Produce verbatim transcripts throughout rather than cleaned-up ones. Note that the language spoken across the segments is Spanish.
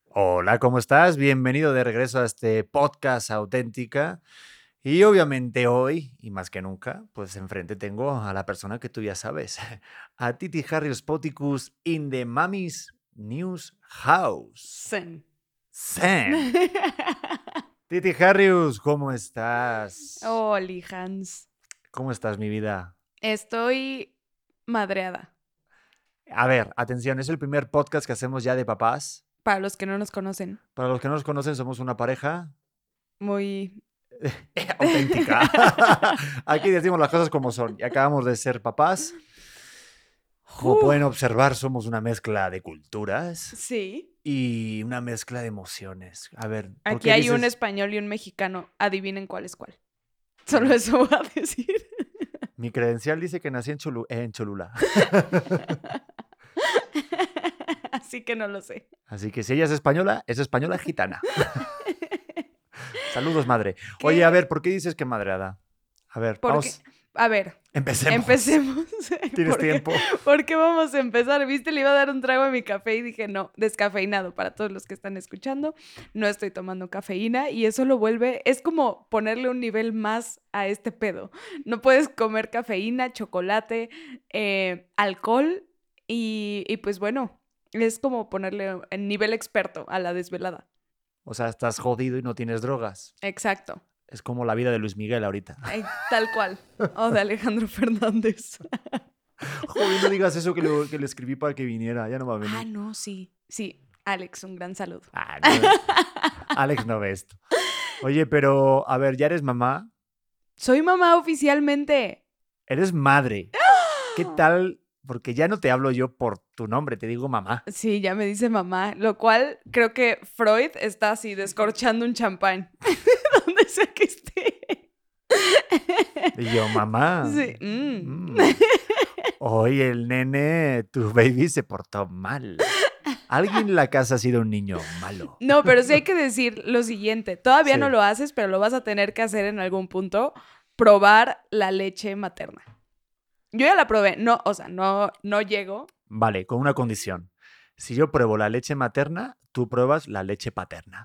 Hola, ¿cómo estás? Bienvenido de regreso a este podcast Auténtica. Y obviamente hoy, y más que nunca, pues enfrente tengo a la persona que tú ya sabes, a Titi Harrius Poticus in the Mammy's News House. Zen. Zen. Titi Harrius, ¿cómo estás? Oli, Hans. ¿Cómo estás, mi vida? Estoy madreada. A ver, atención, es el primer podcast que hacemos ya de papás. Para los que no nos conocen, Para los que no nos conocen, somos una pareja muy... auténtica. Aquí decimos las cosas como son. Y acabamos de ser papás. Como Uf, pueden observar, somos una mezcla de culturas sí. y una mezcla de emociones. A ver, ¿por Aquí qué hay dices? un español y un mexicano. Adivinen cuál es cuál. Solo eso voy a decir. Mi credencial dice que nací en, Cholu- en Cholula. Así que no lo sé. Así que si ella es española, es española gitana. Saludos, madre. ¿Qué? Oye, a ver, ¿por qué dices que madreada? A ver, Porque, vamos. a ver, Empecemos. empecemos. ¿Tienes ¿Por qué? tiempo? ¿Por qué vamos a empezar? ¿Viste? Le iba a dar un trago a mi café y dije, no, descafeinado para todos los que están escuchando. No estoy tomando cafeína y eso lo vuelve, es como ponerle un nivel más a este pedo. No puedes comer cafeína, chocolate, eh, alcohol y, y pues bueno, es como ponerle el nivel experto a la desvelada. O sea, estás jodido y no tienes drogas. Exacto. Es como la vida de Luis Miguel ahorita. Ay, tal cual. O de Alejandro Fernández. Joder, no digas eso que le, que le escribí para que viniera. Ya no va a venir. Ah, no, sí. Sí, Alex, un gran saludo. Ah, no. Alex no ve esto. Oye, pero, a ver, ¿ya eres mamá? Soy mamá oficialmente. Eres madre. ¿Qué tal? Porque ya no te hablo yo por tu nombre, te digo mamá. Sí, ya me dice mamá, lo cual creo que Freud está así descorchando un champán. Donde sea que esté. Y yo, mamá. Sí. mm. mm, Hoy el nene, tu baby se portó mal. Alguien en la casa ha sido un niño malo. No, pero sí hay que decir lo siguiente. Todavía Sí. no lo haces, pero lo vas a tener que hacer en algún punto. Probar la leche materna. Yo ya la probé. No, o sea, no, no llego. Vale, con una condición. Si yo pruebo la leche materna, tú pruebas la leche paterna.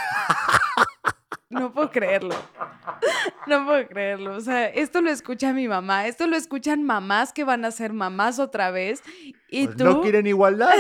No puedo creerlo. No puedo creerlo. O sea, esto lo escucha mi mamá. Esto lo escuchan mamás que van a ser mamás otra vez. Y Pues tú... no quieren igualdad.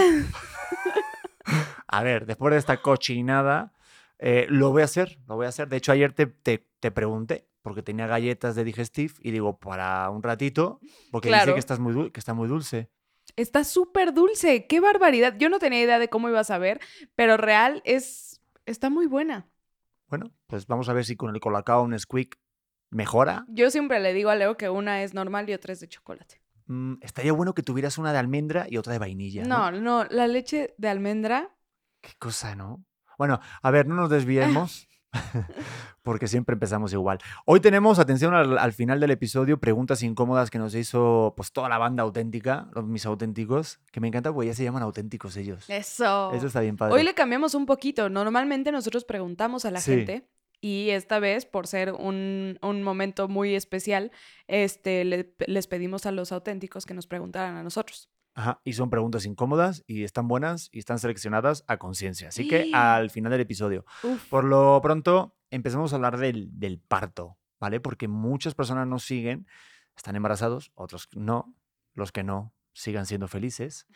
A ver, después de esta cochinada, eh, lo voy a hacer, lo voy a hacer. De hecho, ayer te, te, te pregunté, porque tenía galletas de Digestive, y digo, para un ratito, porque dice Claro. que, estás muy dul- que está muy dulce. Está súper dulce. ¡Qué barbaridad! Yo no tenía idea de cómo iba a saber, pero real es... Está muy buena. Bueno, pues vamos a ver si con el Colacao Nesquik mejora. Yo siempre le digo a Leo que una es normal y otra es de chocolate. Mm, estaría bueno que tuvieras una de almendra y otra de vainilla, ¿no? No, no, la leche de almendra... Qué cosa, ¿no? Bueno, a ver, no nos desviemos. Porque siempre empezamos igual. Hoy tenemos, atención al, al final del episodio, preguntas incómodas que nos hizo pues toda la banda auténtica, los mis auténticos, que me encanta porque ya se llaman auténticos ellos. Eso. Eso está bien padre. Hoy le cambiamos un poquito. Normalmente nosotros preguntamos a la Sí. gente y esta vez, por ser un, un momento muy especial, este, le- les pedimos a los auténticos que nos preguntaran a nosotros. Ajá, y son preguntas incómodas y están buenas y están seleccionadas a conciencia. Así que al final del episodio. Uf. Por lo pronto, empezamos a hablar del, del parto, ¿vale? Porque muchas personas nos siguen, están embarazados, otros no. Los que no, sigan siendo felices.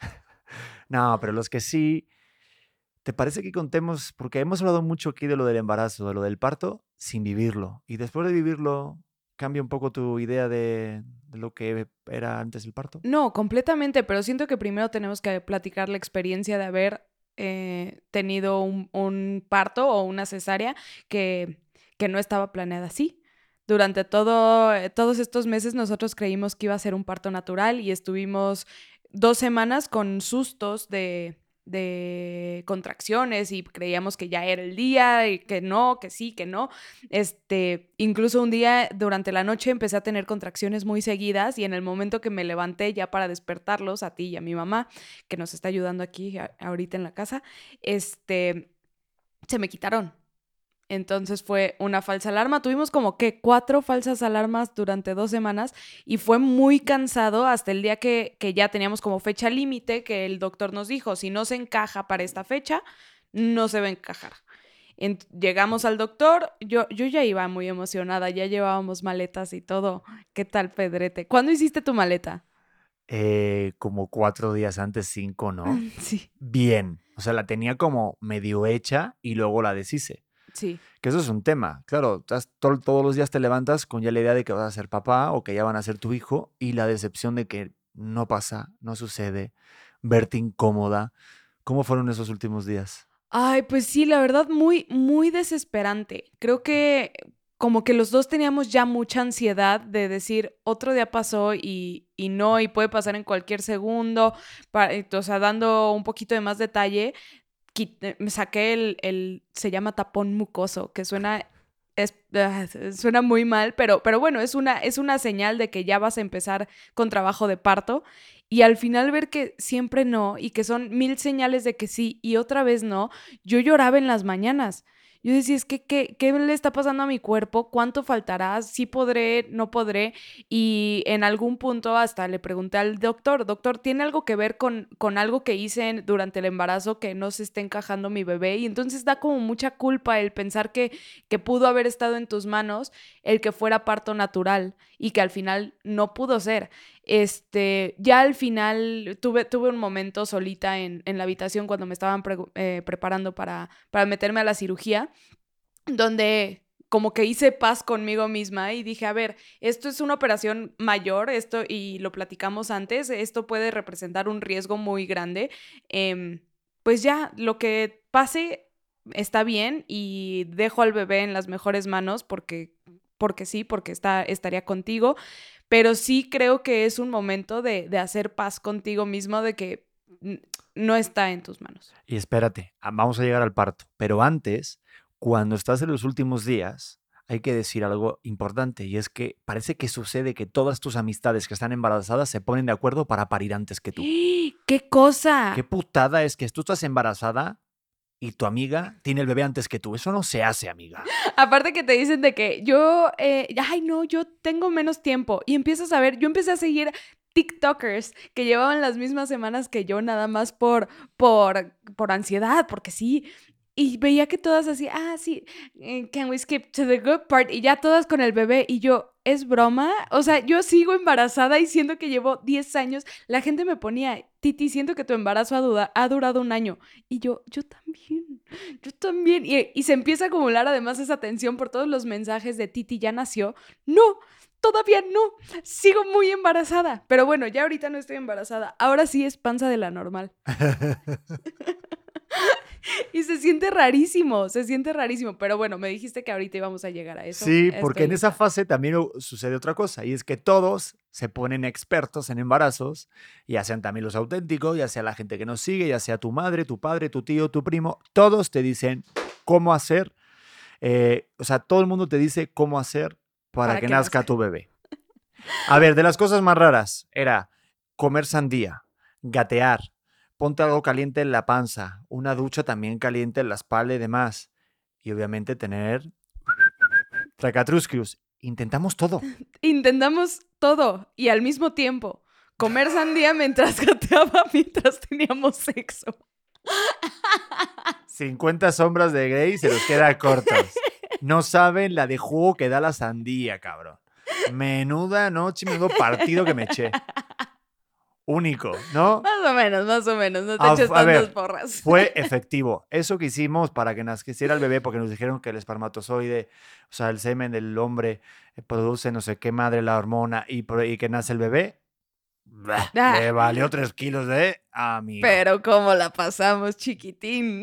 No, pero los que sí, ¿te parece que contemos? Porque hemos hablado mucho aquí de lo del embarazo, de lo del parto, sin vivirlo. Y después de vivirlo, ¿cambia un poco tu idea de, de lo que era antes el parto? No, completamente, pero siento que primero tenemos que platicar la experiencia de haber eh, tenido un, un parto o una cesárea que, que no estaba planeada así. Durante todo, eh, todos estos meses nosotros creímos que iba a ser un parto natural y estuvimos dos semanas con sustos de, de contracciones y creíamos que ya era el día y que no, que sí, que no. Este, incluso un día durante la noche empecé a tener contracciones muy seguidas y en el momento que me levanté ya para despertarlos, a ti y a mi mamá, que nos está ayudando aquí a, ahorita en la casa, este, se me quitaron. Entonces fue una falsa alarma. Tuvimos como que cuatro falsas alarmas durante dos semanas y fue muy cansado hasta el día que, que ya teníamos como fecha límite, que el doctor nos dijo, si no se encaja para esta fecha, no se va a encajar. En- llegamos al doctor, yo, yo ya iba muy emocionada, ya llevábamos maletas y todo. ¿Qué tal, Pedrete? ¿Cuándo hiciste tu maleta? Eh, como cuatro días antes, cinco, ¿no? Sí, Bien. O sea, la tenía como medio hecha y luego la deshice. sí, Que eso es un tema. Claro, estás to- todos los días te levantas con ya la idea de que vas a ser papá o que ya van a ser tu hijo y la decepción de que no pasa, no sucede, verte incómoda. ¿Cómo fueron esos últimos días? ay, pues sí, la verdad, muy, muy desesperante. Creo que como que los dos teníamos ya mucha ansiedad de decir, otro día pasó y, y no, y puede pasar en cualquier segundo. Pa- eh, o sea, dando un poquito de más detalle, qui- eh, me saqué el, el, se llama tapón mucoso, que suena, es, ah, suena muy mal, pero, pero bueno, es una, es una señal de que ya vas a empezar con trabajo de parto. Y al final ver que siempre no y que son mil señales de que sí y otra vez no, yo lloraba en las mañanas. Yo decía, es que, ¿qué, qué le está pasando a mi cuerpo? ¿Cuánto faltará? ¿Sí podré? ¿No podré? Y en algún punto hasta le pregunté al doctor, doctor, ¿tiene algo que ver con, con algo que hice en- durante el embarazo que no se esté encajando mi bebé? Y entonces da como mucha culpa el pensar que, que pudo haber estado en tus manos el que fuera parto natural y que al final no pudo ser. Este, ya al final tuve, tuve un momento solita en, en la habitación cuando me estaban pre- eh, preparando para, para meterme a la cirugía, donde como que hice paz conmigo misma y dije, a ver, esto es una operación mayor, esto, y lo platicamos antes, esto puede representar un riesgo muy grande. Em, pues ya, lo que pase está bien y dejo al bebé en las mejores manos porque, porque sí, porque está, estaría contigo, pero sí creo que es un momento de, de hacer paz contigo mismo, de que mm, no está en tus manos. Y espérate, ah, vamos a llegar al parto. Pero antes, cuando estás en los últimos días, hay que decir algo importante y es que parece que sucede que todas tus amistades que están embarazadas se ponen de acuerdo para parir antes que tú. ¡Qué cosa! Qué putada es que tú estás embarazada y tu amiga tiene el bebé antes que tú. Eso no se hace, amiga. Aparte que te dicen de que yo, eh, ay no, yo tengo menos tiempo y empiezas a ver, yo empecé a seguir TikTokers que llevaban las mismas semanas que yo nada más por, por, por ansiedad, porque sí. Y veía que todas así, ah, sí, eh, can we skip to the good part? Y ya todas con el bebé. Y yo, ¿es broma? O sea, yo sigo embarazada y siento que llevo diez años. La gente me ponía, Titi, siento que tu embarazo ha, duda- ha durado un año. Y yo, yo también, yo también. Y, y se empieza a acumular además esa tensión por todos los mensajes de Titi, ¿ya nació? No, todavía no. Sigo muy embarazada. Pero bueno, ya ahorita no estoy embarazada. Ahora sí es panza de la normal. Y se siente rarísimo, se siente rarísimo. Pero bueno, me dijiste que ahorita íbamos a llegar a eso. Sí, porque Estoy en esa lista. fase también hu- sucede otra cosa, y es que todos se ponen expertos en embarazos, ya sean también los auténticos, ya sea la gente que nos sigue, ya sea tu madre, tu padre, tu tío, tu primo, todos te dicen cómo hacer, eh, o sea, todo el mundo te dice cómo hacer para Para que que nazca nazca. tu bebé. A ver, de las cosas más raras era comer sandía, gatear, ponte algo caliente en la panza, una ducha también caliente en la espalda y demás, y obviamente tener Tracatrusquius, intentamos todo. Intentamos todo y al mismo tiempo. Comer sandía mientras gateaba, mientras teníamos sexo. cincuenta sombras de Grey se los queda cortos. No saben la de jugo que da la sandía, cabrón. Menuda noche, menudo partido que me eché. Único, ¿no? Más o menos, más o menos. No te A, eches a tantas ver, porras. fue efectivo. Eso que hicimos para que naciera el bebé, porque nos dijeron que el espermatozoide, o sea, el semen del hombre, eh, produce no sé qué madre la hormona y, pro- y que nace el bebé, bah, Ah, le valió tres kilos de a mi hijo. pero cómo la pasamos, chiquitín.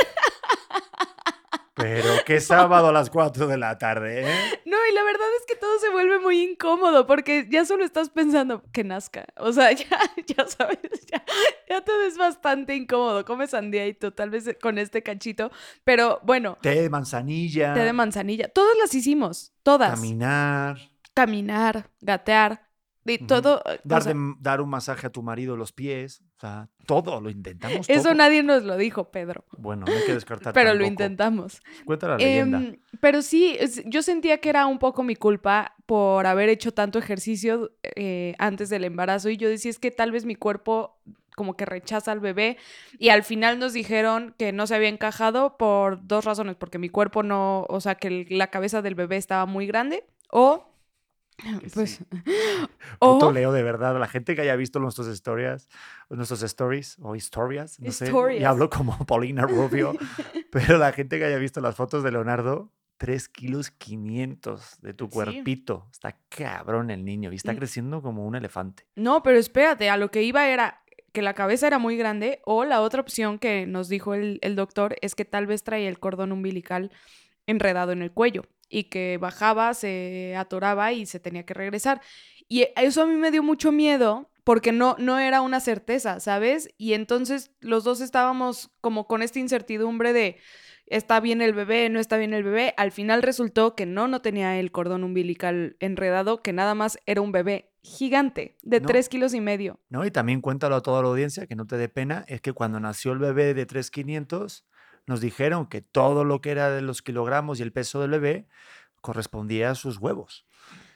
Pero qué sábado a las cuatro de la tarde, ¿eh? No, y la verdad es que todo se vuelve muy incómodo porque ya solo estás pensando que nazca. O sea, ya, ya sabes, ya, ya todo es bastante incómodo. Comes sandía y tú, tal vez con este cachito. Pero bueno, Té de té de manzanilla, manzanilla. Todas las hicimos, todas. caminar, Caminar, gatear, y ujú, todo. eh, O dar, de- sea, dar un masaje a tu marido los pies, o sea, todo, lo intentamos eso todo. nadie nos lo dijo, Pedro. Bueno, no hay que descartar Pero lo tampoco. intentamos. Cuenta la leyenda. Em, pero sí, es- yo sentía que era un poco mi culpa por haber hecho tanto ejercicio eh, antes del embarazo y yo decía es que tal vez mi cuerpo como que rechaza al bebé. Y al final nos dijeron que no se había encajado por dos razones. Porque mi cuerpo no, o sea, que el- la cabeza del bebé estaba muy grande. O, Que pues, sí. Puto o Leo, de verdad. La gente que haya visto nuestros stories, nuestros stories o historias, no sé, y historias. hablo como Paulina Rubio, pero la gente que haya visto las fotos de Leonardo, tres kilos quinientos de tu Sí. cuerpito. Está cabrón el niño y está Mm. creciendo como un elefante. No, pero espérate, a lo que iba era que la cabeza era muy grande o la otra opción que nos dijo el, el doctor es que tal vez traía el cordón umbilical enredado en el cuello y que bajaba, se atoraba y se tenía que regresar. Y eso a mí me dio mucho miedo porque no, no era una certeza, ¿sabes? Y entonces los dos estábamos como con esta incertidumbre de está bien el bebé, no está bien el bebé. Al final resultó que no, no tenía el cordón umbilical enredado, que nada más era un bebé gigante de No. tres kilos y medio. ¿No? Y también cuéntalo a toda la audiencia, que no te dé pena, es que cuando nació el bebé de tres mil quinientos, nos dijeron que todo lo que era de los kilogramos y el peso del bebé correspondía a sus huevos.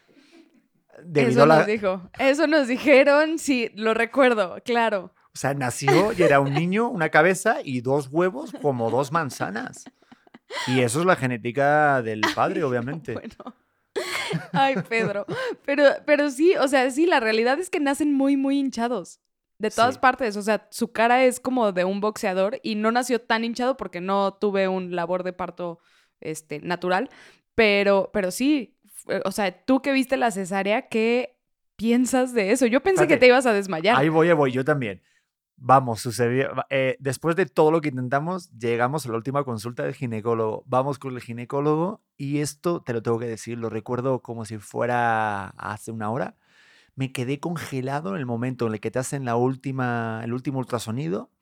Debido Eso a la... nos dijo. Eso nos dijeron, sí, lo recuerdo, claro. O sea, nació y era un niño, una cabeza y dos huevos como dos manzanas. Y eso es la genética del padre, obviamente. Bueno. Ay, Pedro. Pero, pero sí, o sea, sí, la realidad es que nacen muy, muy hinchados. De todas Sí. partes. O sea, su cara es como de un boxeador y no nació tan hinchado porque no tuve un labor de parto este, natural. Pero, pero sí, fue- o sea, tú que viste la cesárea, ¿qué piensas de eso? Yo pensé que Espérate, te ibas a desmayar. ahí voy, ahí voy, yo también. Vamos, sucedió. eh, después de todo lo que intentamos, llegamos a la última consulta del ginecólogo. Vamos con el ginecólogo y esto te lo tengo que decir, lo recuerdo como si fuera hace una hora. Me quedé congelado en el momento en el que te hacen la última, el último ultrasonido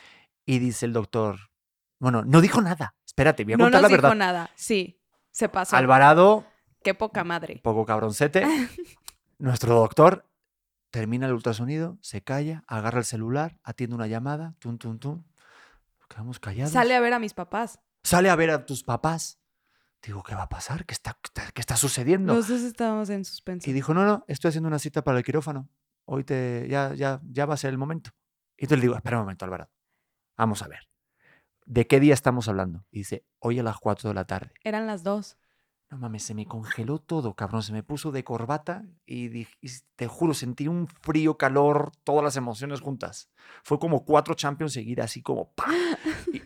y dice el doctor, bueno, no dijo nada. Espérate, voy a No contar nos la dijo verdad. nada. Sí, se pasó. Alvarado, Qué poca madre. poco cabroncete, nuestro doctor termina el ultrasonido, se calla, agarra el celular, atiende una llamada, tum, tum, tum. Quedamos callados. Sale a ver a mis papás. Sale a ver a tus papás. Digo, ¿qué va a pasar? ¿Qué está, qué está sucediendo? Los dos estábamos en suspenso. Y dijo, no, no, estoy haciendo una cita para el quirófano. Hoy te, ya, ya, ya va a ser el momento. Y entonces le digo, espera un momento, Alvarado. Vamos a ver. ¿De qué día estamos hablando? Y dice, hoy a las cuatro de la tarde. Eran las dos. No mames, se me congeló todo, cabrón. Se me puso de corbata y, dije, y te juro, sentí un frío, calor, todas las emociones juntas. Fue como cuatro Champions seguidas, así como ¡pah! Y,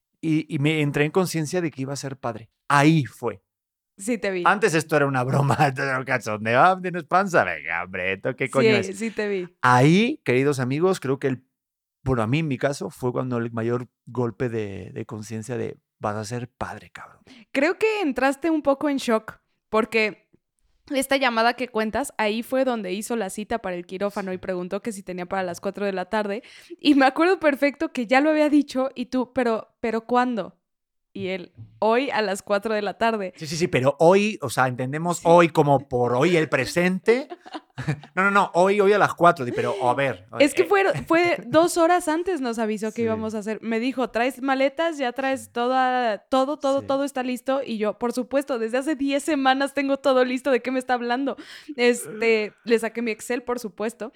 y, y me entré en conciencia de que iba a ser padre. Ahí fue. Sí te vi. Antes esto era una broma, esto era un cachondeo. Ah, ¿tienes panza? Venga, hombre, ¿esto qué coño Sí, es? sí te vi. Ahí, queridos amigos, creo que el, bueno, a mí en mi caso fue cuando el mayor golpe de, de conciencia de vas a ser padre, cabrón. Creo que entraste un poco en shock porque esta llamada que cuentas, ahí fue donde hizo la cita para el quirófano y preguntó que si tenía para las cuatro de la tarde. Y me acuerdo perfecto que ya lo había dicho y tú, pero, pero ¿cuándo? Y él, hoy a las cuatro de la tarde. Sí, sí, sí, pero hoy, o sea, entendemos Sí. hoy como por hoy el presente. No, no, no, hoy, hoy a las cuatro, pero a ver. Es que eh, fue, fue dos horas antes nos avisó que Sí. íbamos a hacer. Me dijo, ¿traes maletas? ¿Ya traes toda, todo, todo, Sí. todo está listo? Y yo, por supuesto, desde hace diez semanas tengo todo listo. ¿De qué me está hablando? Este, le saqué mi Excel, por supuesto.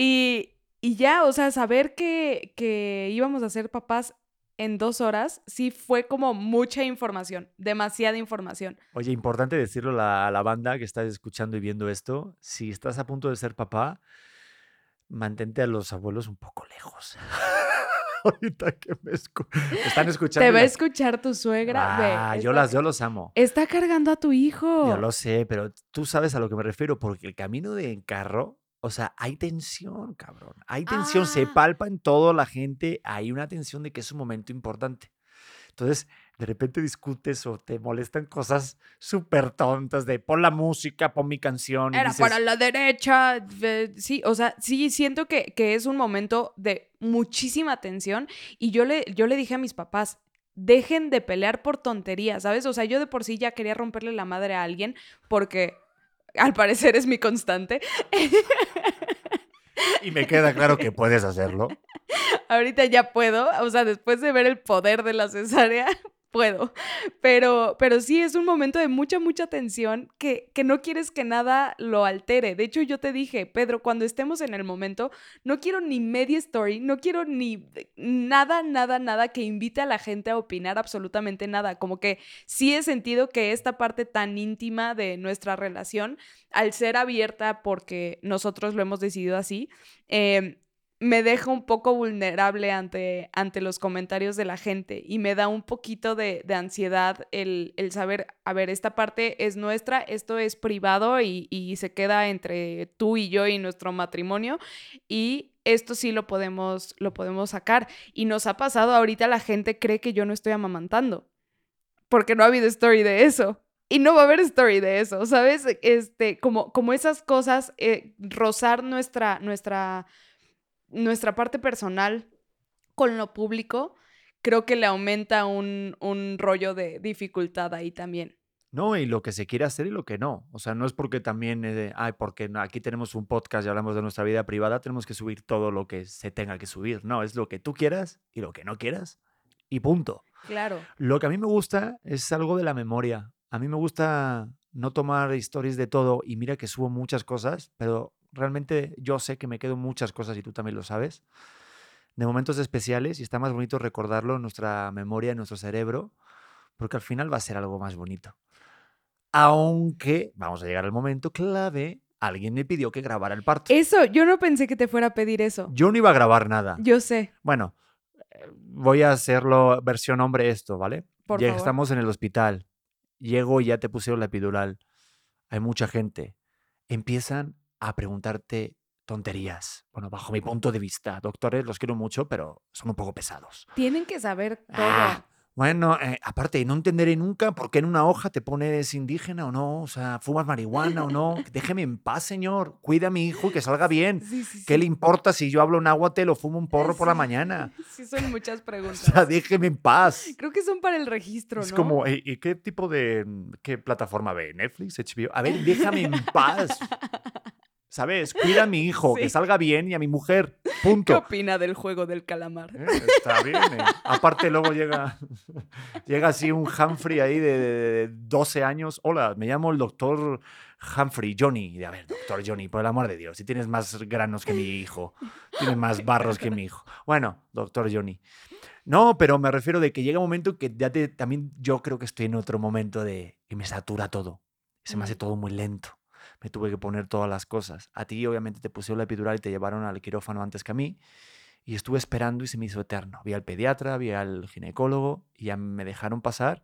Y, y ya, o sea, saber que, que íbamos a ser papás en dos horas, sí fue como mucha información, demasiada información. Oye, importante decirlo a la, a la banda que está escuchando y viendo esto. Si estás a punto de ser papá, mantente a los abuelos un poco lejos. Ahorita que me, escu- me están escuchando. Te y va a la- escuchar tu suegra. Ah, Ve, yo, está- las, yo los amo. Está cargando a tu hijo. Yo lo sé, pero tú sabes a lo que me refiero, porque el camino de en carro, o sea, hay tensión, cabrón. Hay tensión, se Ah. palpa en toda la gente, hay una tensión de que es un momento importante. Entonces, de repente discutes o te molestan cosas súper tontas de pon la música, pon mi canción. Y Era dices, para la derecha. eh, Sí, o sea, sí siento que, que es un momento de muchísima tensión. Y yo le, yo le dije a mis papás, dejen de pelear por tonterías, ¿sabes? O sea, yo de por sí ya quería romperle la madre a alguien porque al parecer es mi constante. y me queda claro que puedes hacerlo. Ahorita ya puedo, o sea, después de ver el poder de la cesárea, puedo. Pero, pero sí es un momento de mucha, mucha tensión que, que no quieres que nada lo altere. De hecho, yo te dije, Pedro, cuando estemos en el momento, no quiero ni media story, no quiero ni nada, nada, nada que invite a la gente a opinar absolutamente nada. Como que sí he sentido que esta parte tan íntima de nuestra relación, al ser abierta porque nosotros lo hemos decidido así, eh, me deja un poco vulnerable ante, ante los comentarios de la gente y me da un poquito de, de ansiedad el, el saber, a ver, esta parte es nuestra, esto es privado y, y se queda entre tú y yo y nuestro matrimonio y esto sí lo podemos, lo podemos sacar. Y nos ha pasado ahorita, la gente cree que yo no estoy amamantando porque no ha habido story de eso. Y no va a haber story de eso, ¿sabes? Este, como, como esas cosas, eh, rozar nuestra... nuestra nuestra parte personal con lo público, creo que le aumenta un, un rollo de dificultad ahí también. No, y lo que se quiere hacer y lo que no. O sea, no es porque también, eh, ay, porque no- aquí tenemos un podcast y hablamos de nuestra vida privada, tenemos que subir todo lo que se tenga que subir. No, es lo que tú quieras y lo que no quieras y punto. Claro. Lo que a mí me gusta es algo de la memoria. A mí me gusta no tomar historias de todo y mira que subo muchas cosas, pero realmente yo sé que me quedo muchas cosas y tú también lo sabes, de momentos especiales y está más bonito recordarlo en nuestra memoria, en nuestro cerebro, porque al final va a ser algo más bonito. Aunque vamos a llegar al momento clave, alguien me pidió que grabara el parto. Eso, yo no pensé que te fuera a pedir eso. Yo no iba a grabar nada. Yo sé. Bueno, eh, voy a hacerlo versión hombre esto, ¿vale? Por Ya favor. estamos en el hospital. Llego y ya te pusieron la epidural. Hay mucha gente. Empiezan a preguntarte tonterías. Bueno, bajo mi punto de vista. Doctores, los quiero mucho, pero son un poco pesados. Tienen que saber todo. Ah, bueno, eh, aparte, no entenderé nunca por qué en una hoja te pones indígena o no, o sea, fumas marihuana o no. Déjeme en paz, señor. Cuida a mi hijo y que salga bien. Sí, sí, sí. ¿Qué le importa si yo hablo náhuatl o fumo un porro por la Sí. mañana? Sí, son muchas O preguntas. sea, déjeme en paz. Creo que son para el registro, Es ¿no? como, ¿y y qué tipo de, qué plataforma ve? ¿Netflix? ¿H B O? A ver, déjame en paz. ¿Sabes? Cuida a mi hijo, Sí. que salga bien y a mi mujer. ¿Qué Punto. opina del juego del calamar? Eh, Está bien. eh. Aparte, luego llega, llega así un Humphrey ahí de, de doce años. Hola, me llamo el doctor Humphrey, Johnny. Y, a ver, doctor Johnny, por el amor de Dios, si tienes más granos que mi hijo, tienes más barros que mi hijo. Bueno, doctor Johnny. No, pero me refiero de que llega un momento que ya te, también yo creo que estoy en otro momento de que me satura todo. Se me hace Mm. todo muy lento. Me tuve que poner todas las cosas. A ti, obviamente, te pusieron la epidural y te llevaron al quirófano antes que a mí. Y estuve esperando y se me hizo eterno. Vi al pediatra, vi al ginecólogo y ya me dejaron pasar.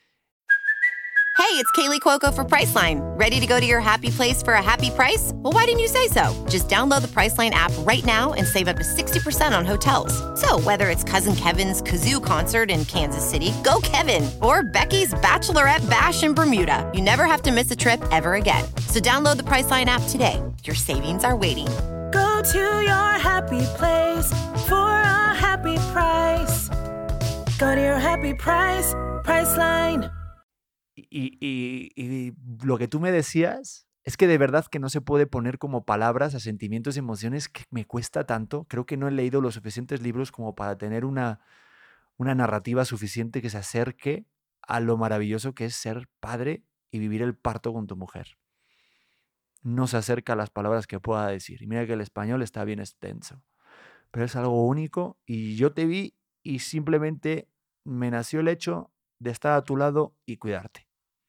Hey, it's Kaylee Cuoco for Priceline. Ready to go to your happy place for a happy price? Well, why didn't you say so? Just download the Priceline app right now and save up to sixty percent on hotels. So whether it's Cousin Kevin's Kazoo Concert in Kansas City, go Kevin, or Becky's Bachelorette Bash in Bermuda, you never have to miss a trip ever again. So download the Priceline app today. Your savings are waiting. Go to your happy place for a happy price. Go to your happy price, Priceline. Y, y- y lo que tú me decías es que de verdad que no se puede poner como palabras a sentimientos y emociones que me cuesta tanto. Creo que no he leído los suficientes libros como para tener una, una narrativa suficiente que se acerque a lo maravilloso que es ser padre y vivir el parto con tu mujer. No se acerca a las palabras que pueda decir. Y mira que el español está bien extenso. Pero es algo único y yo te vi y simplemente me nació el hecho de estar a tu lado y cuidarte.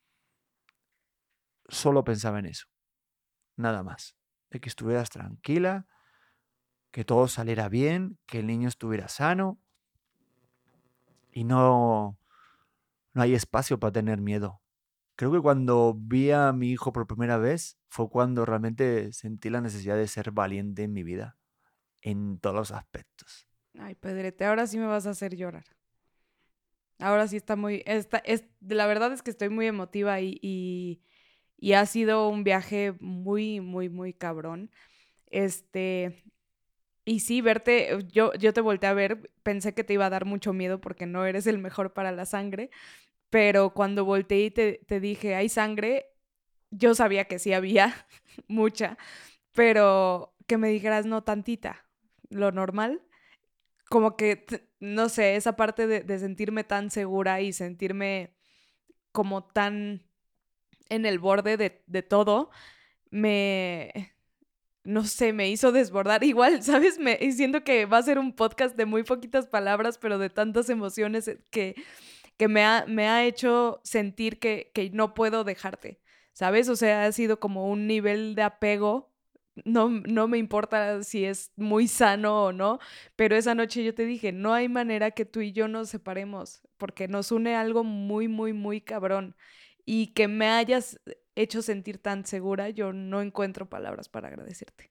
Solo pensaba en eso. Nada más. De que estuvieras tranquila, que todo saliera bien, que el niño estuviera sano y no, no hay espacio para tener miedo. Creo que cuando vi a mi hijo por primera vez fue cuando realmente sentí la necesidad de ser valiente en mi vida, en todos los aspectos. Ay, Pedrete, ahora sí me vas a hacer llorar. Ahora sí está muy... Está, es, la verdad es que estoy muy emotiva y, y, y ha sido un viaje muy, muy, muy cabrón. Este... Y sí, verte, yo, yo te volteé a ver, pensé que te iba a dar mucho miedo porque no eres el mejor para la sangre, pero cuando volteé y te, te dije, hay sangre, yo sabía que sí había mucha, pero que me dijeras, no, tantita, lo normal, como que, t- no sé, esa parte de, de sentirme tan segura y sentirme como tan en el borde de, de todo, me, no sé, me hizo desbordar. Igual, ¿sabes? Me siento que va a ser un podcast de muy poquitas palabras, pero de tantas emociones eh, que, que me ha, me ha hecho sentir que, que no puedo dejarte, ¿sabes? O sea, ha sido como un nivel de apego. No, no me importa si es muy sano o no, pero esa noche yo te dije, no hay manera que tú y yo nos separemos, porque nos une algo muy, muy, muy cabrón. Y que me hayas hecho sentir tan segura, yo no encuentro palabras para agradecerte.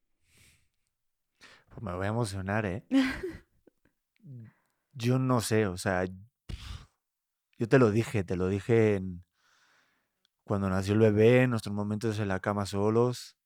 Pues me voy a emocionar, ¿eh? Yo no sé, o sea, yo te lo dije, te lo dije en- cuando nació el bebé, en nuestros momentos en la cama solos.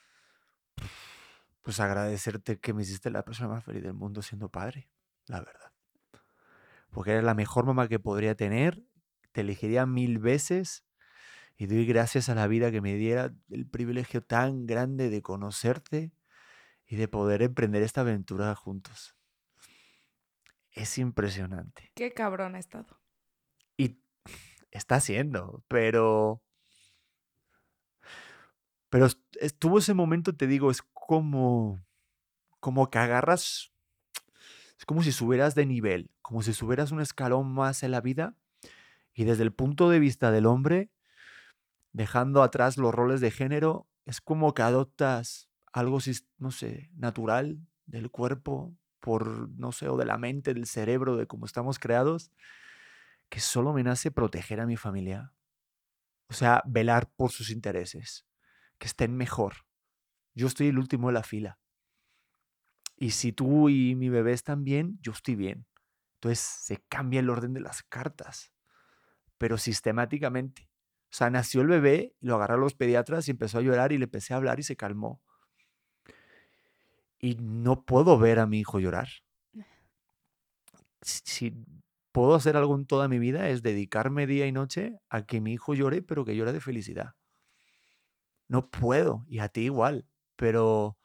Pues agradecerte que me hiciste la persona más feliz del mundo siendo padre, la verdad. Porque eres la mejor mamá que podría tener, te elegiría mil veces y doy gracias a la vida que me diera el privilegio tan grande de conocerte y de poder emprender esta aventura juntos. Es impresionante. Qué cabrón ha estado. Y está siendo, pero, pero est- estuvo ese momento, te digo, es como, como que agarras, es como si subieras de nivel, como si subieras un escalón más en la vida y desde el punto de vista del hombre, dejando atrás los roles de género, es como que adoptas algo, sis- no sé, natural del cuerpo, por, no sé, o de la mente, del cerebro, de cómo estamos creados, que solo me nace proteger a mi familia. O sea, velar por sus intereses, que estén mejor. Yo estoy el último de la fila. Y si tú y mi bebé están bien, yo estoy bien. Entonces se cambia el orden de las cartas, pero sistemáticamente. O sea, nació el bebé, lo agarraron los pediatras y empezó a llorar y le empecé a hablar y se calmó. Y no puedo ver a mi hijo llorar. Si, si puedo hacer algo en toda mi vida es dedicarme día y noche a que mi hijo llore, pero que llore de felicidad. No puedo, y a ti igual, pero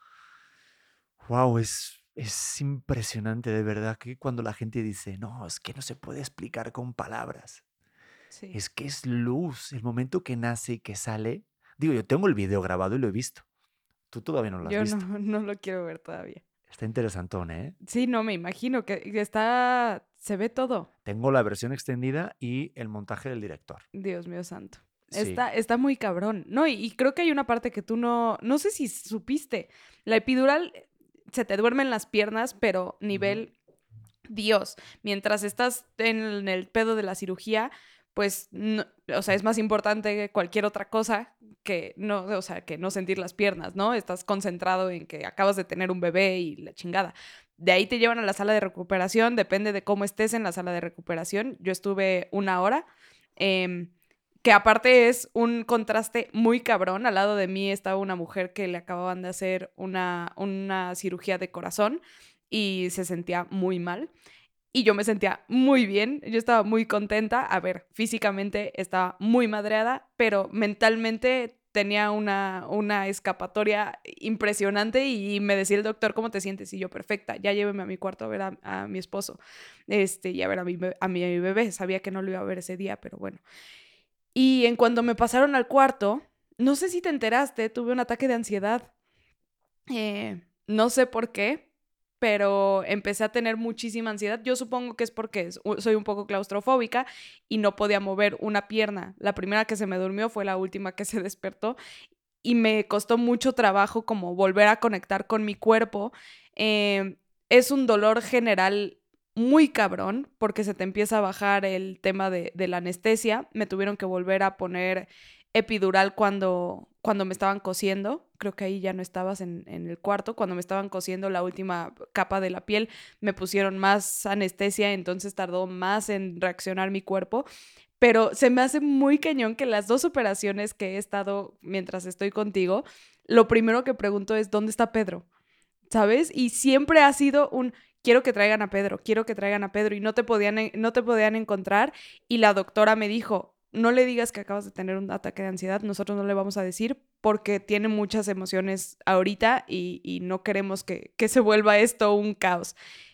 wow, es, es impresionante de verdad que cuando la gente dice, no, es que no se puede explicar con palabras. Sí. Es que es luz, el momento que nace y que sale. Digo, yo tengo el video grabado y lo he visto. Tú todavía no lo has Yo no, visto. no lo quiero ver todavía. Está interesantón, ¿eh? Sí, no, me imagino que que está, se ve todo. Tengo la versión extendida y el montaje del director. Dios mío santo. Sí. Está, está muy cabrón. No, y, y creo que hay una parte que tú no, no sé si supiste. La epidural eh, se te duermen las piernas, pero nivel Dios. Mientras estás en el pedo de la cirugía, pues, no- o sea, es más importante que cualquier otra cosa que no, o sea, que no sentir las piernas, ¿no? Estás concentrado en que acabas de tener un bebé y la chingada. De ahí te llevan a la sala de recuperación, depende de cómo estés en la sala de recuperación. Yo estuve una hora, em, que aparte es un contraste muy cabrón. Al lado de mí estaba una mujer que le acababan de hacer una, una cirugía de corazón y se sentía muy mal. Y yo me sentía muy bien, yo estaba muy contenta. A ver, físicamente estaba muy madreada, pero mentalmente tenía una, una escapatoria impresionante y me decía el doctor, ¿cómo te sientes? Y yo, perfecta, ya lléveme a mi cuarto a ver a, a mi esposo este, y a ver a mi, be- a mi bebé. Sabía que no lo iba a ver ese día, pero bueno. Y en cuanto me pasaron al cuarto, no sé si te enteraste, tuve un ataque de ansiedad. Eh, no sé por qué, pero empecé a tener muchísima ansiedad. Yo supongo que es porque es- u- soy un poco claustrofóbica y no podía mover una pierna. La primera que se me durmió fue la última que se despertó y me costó mucho trabajo como volver a conectar con mi cuerpo. Eh, es un dolor general muy cabrón porque se te empieza a bajar el tema de, de la anestesia. Me tuvieron que volver a poner epidural cuando, cuando me estaban cosiendo. Creo que ahí ya no estabas en, en el cuarto. Cuando me estaban cosiendo la última capa de la piel, me pusieron más anestesia, entonces tardó más en reaccionar mi cuerpo. Pero se me hace muy cañón que las dos operaciones que he estado mientras estoy contigo, lo primero que pregunto es, ¿dónde está Pedro? ¿Sabes? Y siempre ha sido un, quiero que traigan a Pedro, quiero que traigan a Pedro, y no te podían, en- no te podían encontrar. Y la doctora me dijo, no le digas que acabas de tener un ataque de ansiedad, nosotros no le vamos a decir porque tiene muchas emociones ahorita y, y no queremos que, que se vuelva esto un caos.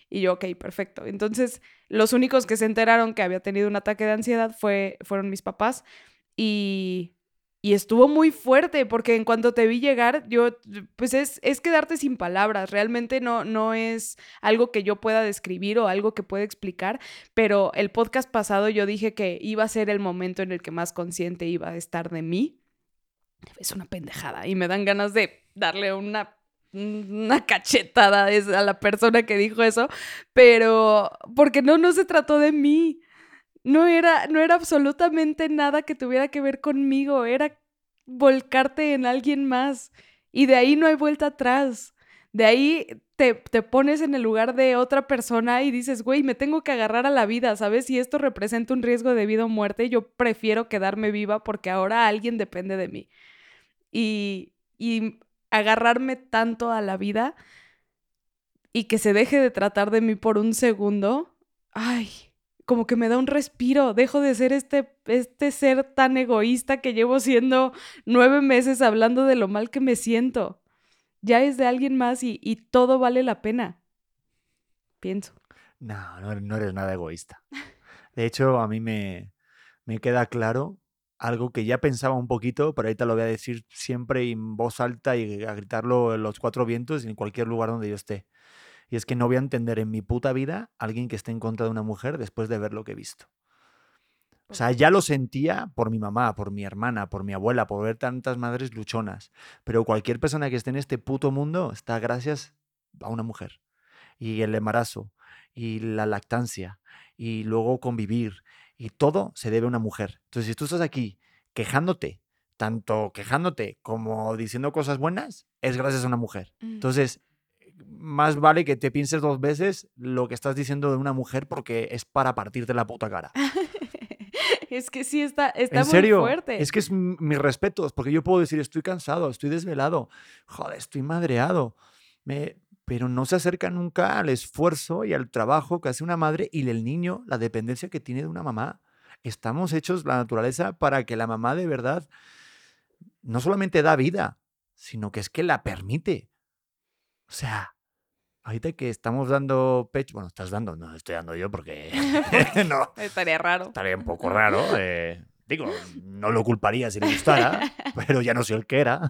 Y yo, ok, perfecto. Entonces, los únicos que se enteraron que había tenido un ataque de ansiedad fue, fueron mis papás. Y... Y estuvo muy fuerte porque en cuanto te vi llegar, yo, pues es, es quedarte sin palabras. Realmente no, no es algo que yo pueda describir o algo que pueda explicar, pero el podcast pasado yo dije que iba a ser el momento en el que más consciente iba a estar de mí. Es una pendejada y me dan ganas de darle una, una cachetada a la persona que dijo eso, pero porque no, no se trató de mí. No era, no era absolutamente nada que tuviera que ver conmigo, era volcarte en alguien más. Y de ahí no hay vuelta atrás. De ahí te, te pones en el lugar de otra persona y dices, güey, me tengo que agarrar a la vida, ¿sabes? Si esto representa un riesgo de vida o muerte, yo prefiero quedarme viva porque ahora alguien depende de mí. Y, y agarrarme tanto a la vida y que se deje de tratar de mí por un segundo, ay... como que me da un respiro, dejo de ser este, este ser tan egoísta que llevo siendo nueve meses hablando de lo mal que me siento. Ya es de alguien más y, y todo vale la pena, pienso. No, no, no eres nada egoísta. De hecho, a mí me, me queda claro algo que ya pensaba un poquito, pero ahorita lo voy a decir siempre en voz alta y a gritarlo en los cuatro vientos y en cualquier lugar donde yo esté. Y es que no voy a entender en mi puta vida a alguien que esté en contra de una mujer después de ver lo que he visto. O sea, ya lo sentía por mi mamá, por mi hermana, por mi abuela, por ver tantas madres luchonas. Pero cualquier persona que esté en este puto mundo está gracias a una mujer. Y el embarazo, y la lactancia, y luego convivir. Y todo se debe a una mujer. Entonces, si tú estás aquí quejándote, tanto quejándote como diciendo cosas buenas, es gracias a una mujer. Entonces... más vale que te pienses dos veces lo que estás diciendo de una mujer porque es para partirte la puta cara. Es que sí, está, está ¿En muy serio? fuerte. Es que es m- mis respetos, porque yo puedo decir estoy cansado, estoy desvelado, joder, estoy madreado, me... pero no se acerca nunca al esfuerzo y al trabajo que hace una madre y el niño, la dependencia que tiene de una mamá. Estamos hechos, la naturaleza, para que la mamá de verdad no solamente da vida, sino que es que la permite. O sea, ahorita que estamos dando pecho, bueno, estás dando, no estoy dando yo porque no, Estaría raro. estaría un poco raro. Eh, digo, no lo culparía si le gustara, pero ya no soy el que era.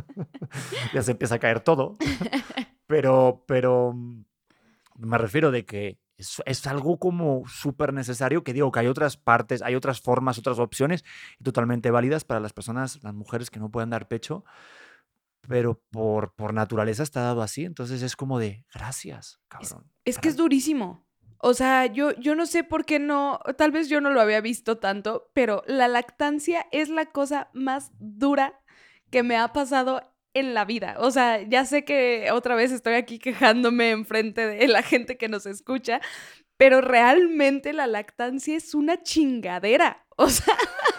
Ya se empieza a caer todo. Pero, pero me refiero de que es, es algo como súper necesario, que digo que hay otras partes, hay otras formas, otras opciones y totalmente válidas para las personas, las mujeres que no puedan dar pecho. Pero por, por naturaleza está dado así, entonces es como de, gracias, cabrón. Es que es durísimo. O sea, yo, yo no sé por qué no, tal vez yo no lo había visto tanto, pero la lactancia es la cosa más dura que me ha pasado en la vida. O sea, ya sé que otra vez estoy aquí quejándome enfrente de la gente que nos escucha, pero realmente la lactancia es una chingadera. O sea...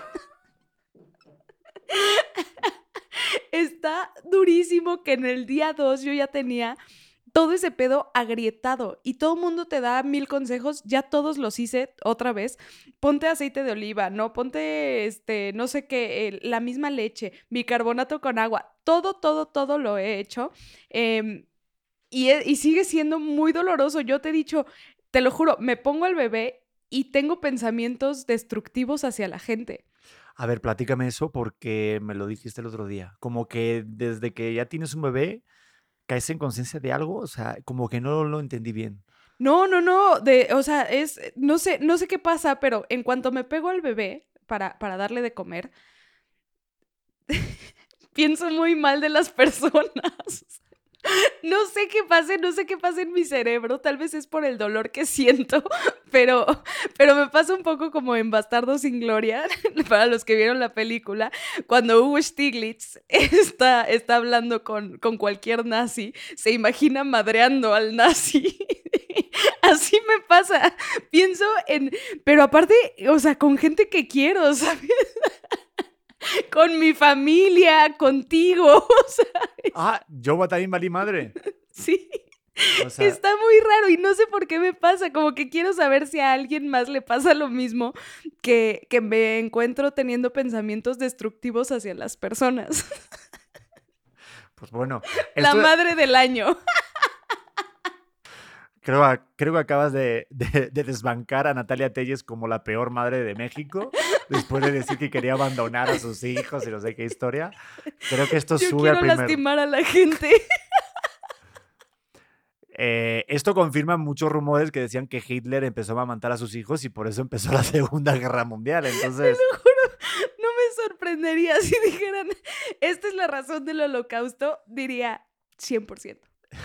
Está durísimo que en el día dos yo ya tenía todo ese pedo agrietado y todo el mundo te da mil consejos, ya todos los hice otra vez. Ponte aceite de oliva, ¿no? Ponte, este, no sé qué, eh, la misma leche, bicarbonato con agua, todo, todo, todo lo he hecho. Eh, y, y sigue siendo muy doloroso. Yo te he dicho, te lo juro, me pongo al bebé y tengo pensamientos destructivos hacia la gente. A ver, platícame eso porque me lo dijiste el otro día. Como que desde que ya tienes un bebé, caes en conciencia de algo, o sea, como que no lo entendí bien. No, no, no, de, o sea, es, no sé, no sé qué pasa, pero en cuanto me pego al bebé para, para darle de comer, pienso muy mal de las personas. No sé qué pasa, no sé qué pasa en mi cerebro, tal vez es por el dolor que siento, pero, pero me pasa un poco como en Bastardos sin Gloria, para los que vieron la película, cuando Hugo Stiglitz está, está hablando con, con cualquier nazi, se imagina madreando al nazi. Así me pasa, pienso en, pero aparte, o sea, con gente que quiero, ¿sabes? Con mi familia, contigo, ¿sabes? Ah, yo también valí madre. Sí. O sea, está muy raro y no sé por qué me pasa, como que quiero saber si a alguien más le pasa lo mismo, que, que me encuentro teniendo pensamientos destructivos hacia las personas. Pues bueno. La esto- madre del año. Creo, a- creo que acabas de, de- de desbancar a Natalia Telles como la peor madre de México, después de decir que quería abandonar a sus hijos y no sé qué historia. Creo que esto Yo sube al quiero primer... lastimar a la gente. Eh, esto confirma muchos rumores que decían que Hitler empezó a amamantar a sus hijos y por eso empezó la Segunda Guerra Mundial. Entonces, Te lo juro, no me sorprendería si dijeran, esta es la razón del holocausto, diría cien por ciento.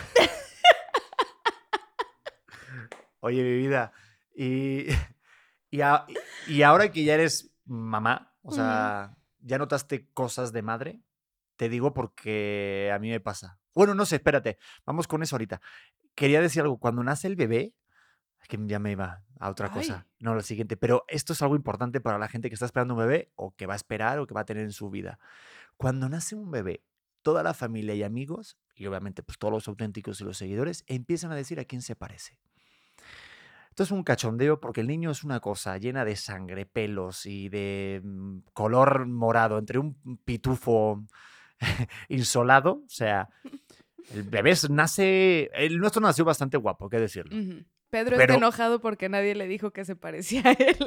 oye, mi vida, y, y, a- y ahora que ya eres mamá, o sea, ¿ya notaste cosas de madre? Te digo porque a mí me pasa. Bueno, no sé, espérate, vamos con eso ahorita. Quería decir algo, cuando nace el bebé, es que ya me iba a otra cosa, Ay. no lo siguiente, pero esto es algo importante para la gente que está esperando un bebé o que va a esperar o que va a tener en su vida. Cuando nace un bebé, toda la familia y amigos, y obviamente pues todos los auténticos y los seguidores, empiezan a decir a quién se parece. Esto es un cachondeo porque el niño es una cosa llena de sangre, pelos y de mm, color morado, entre un pitufo insolado. O sea, el bebé es- nace. El nuestro nació bastante guapo, hay que decirlo. Ujú. Pedro Pero- está enojado porque nadie le dijo que se parecía a él.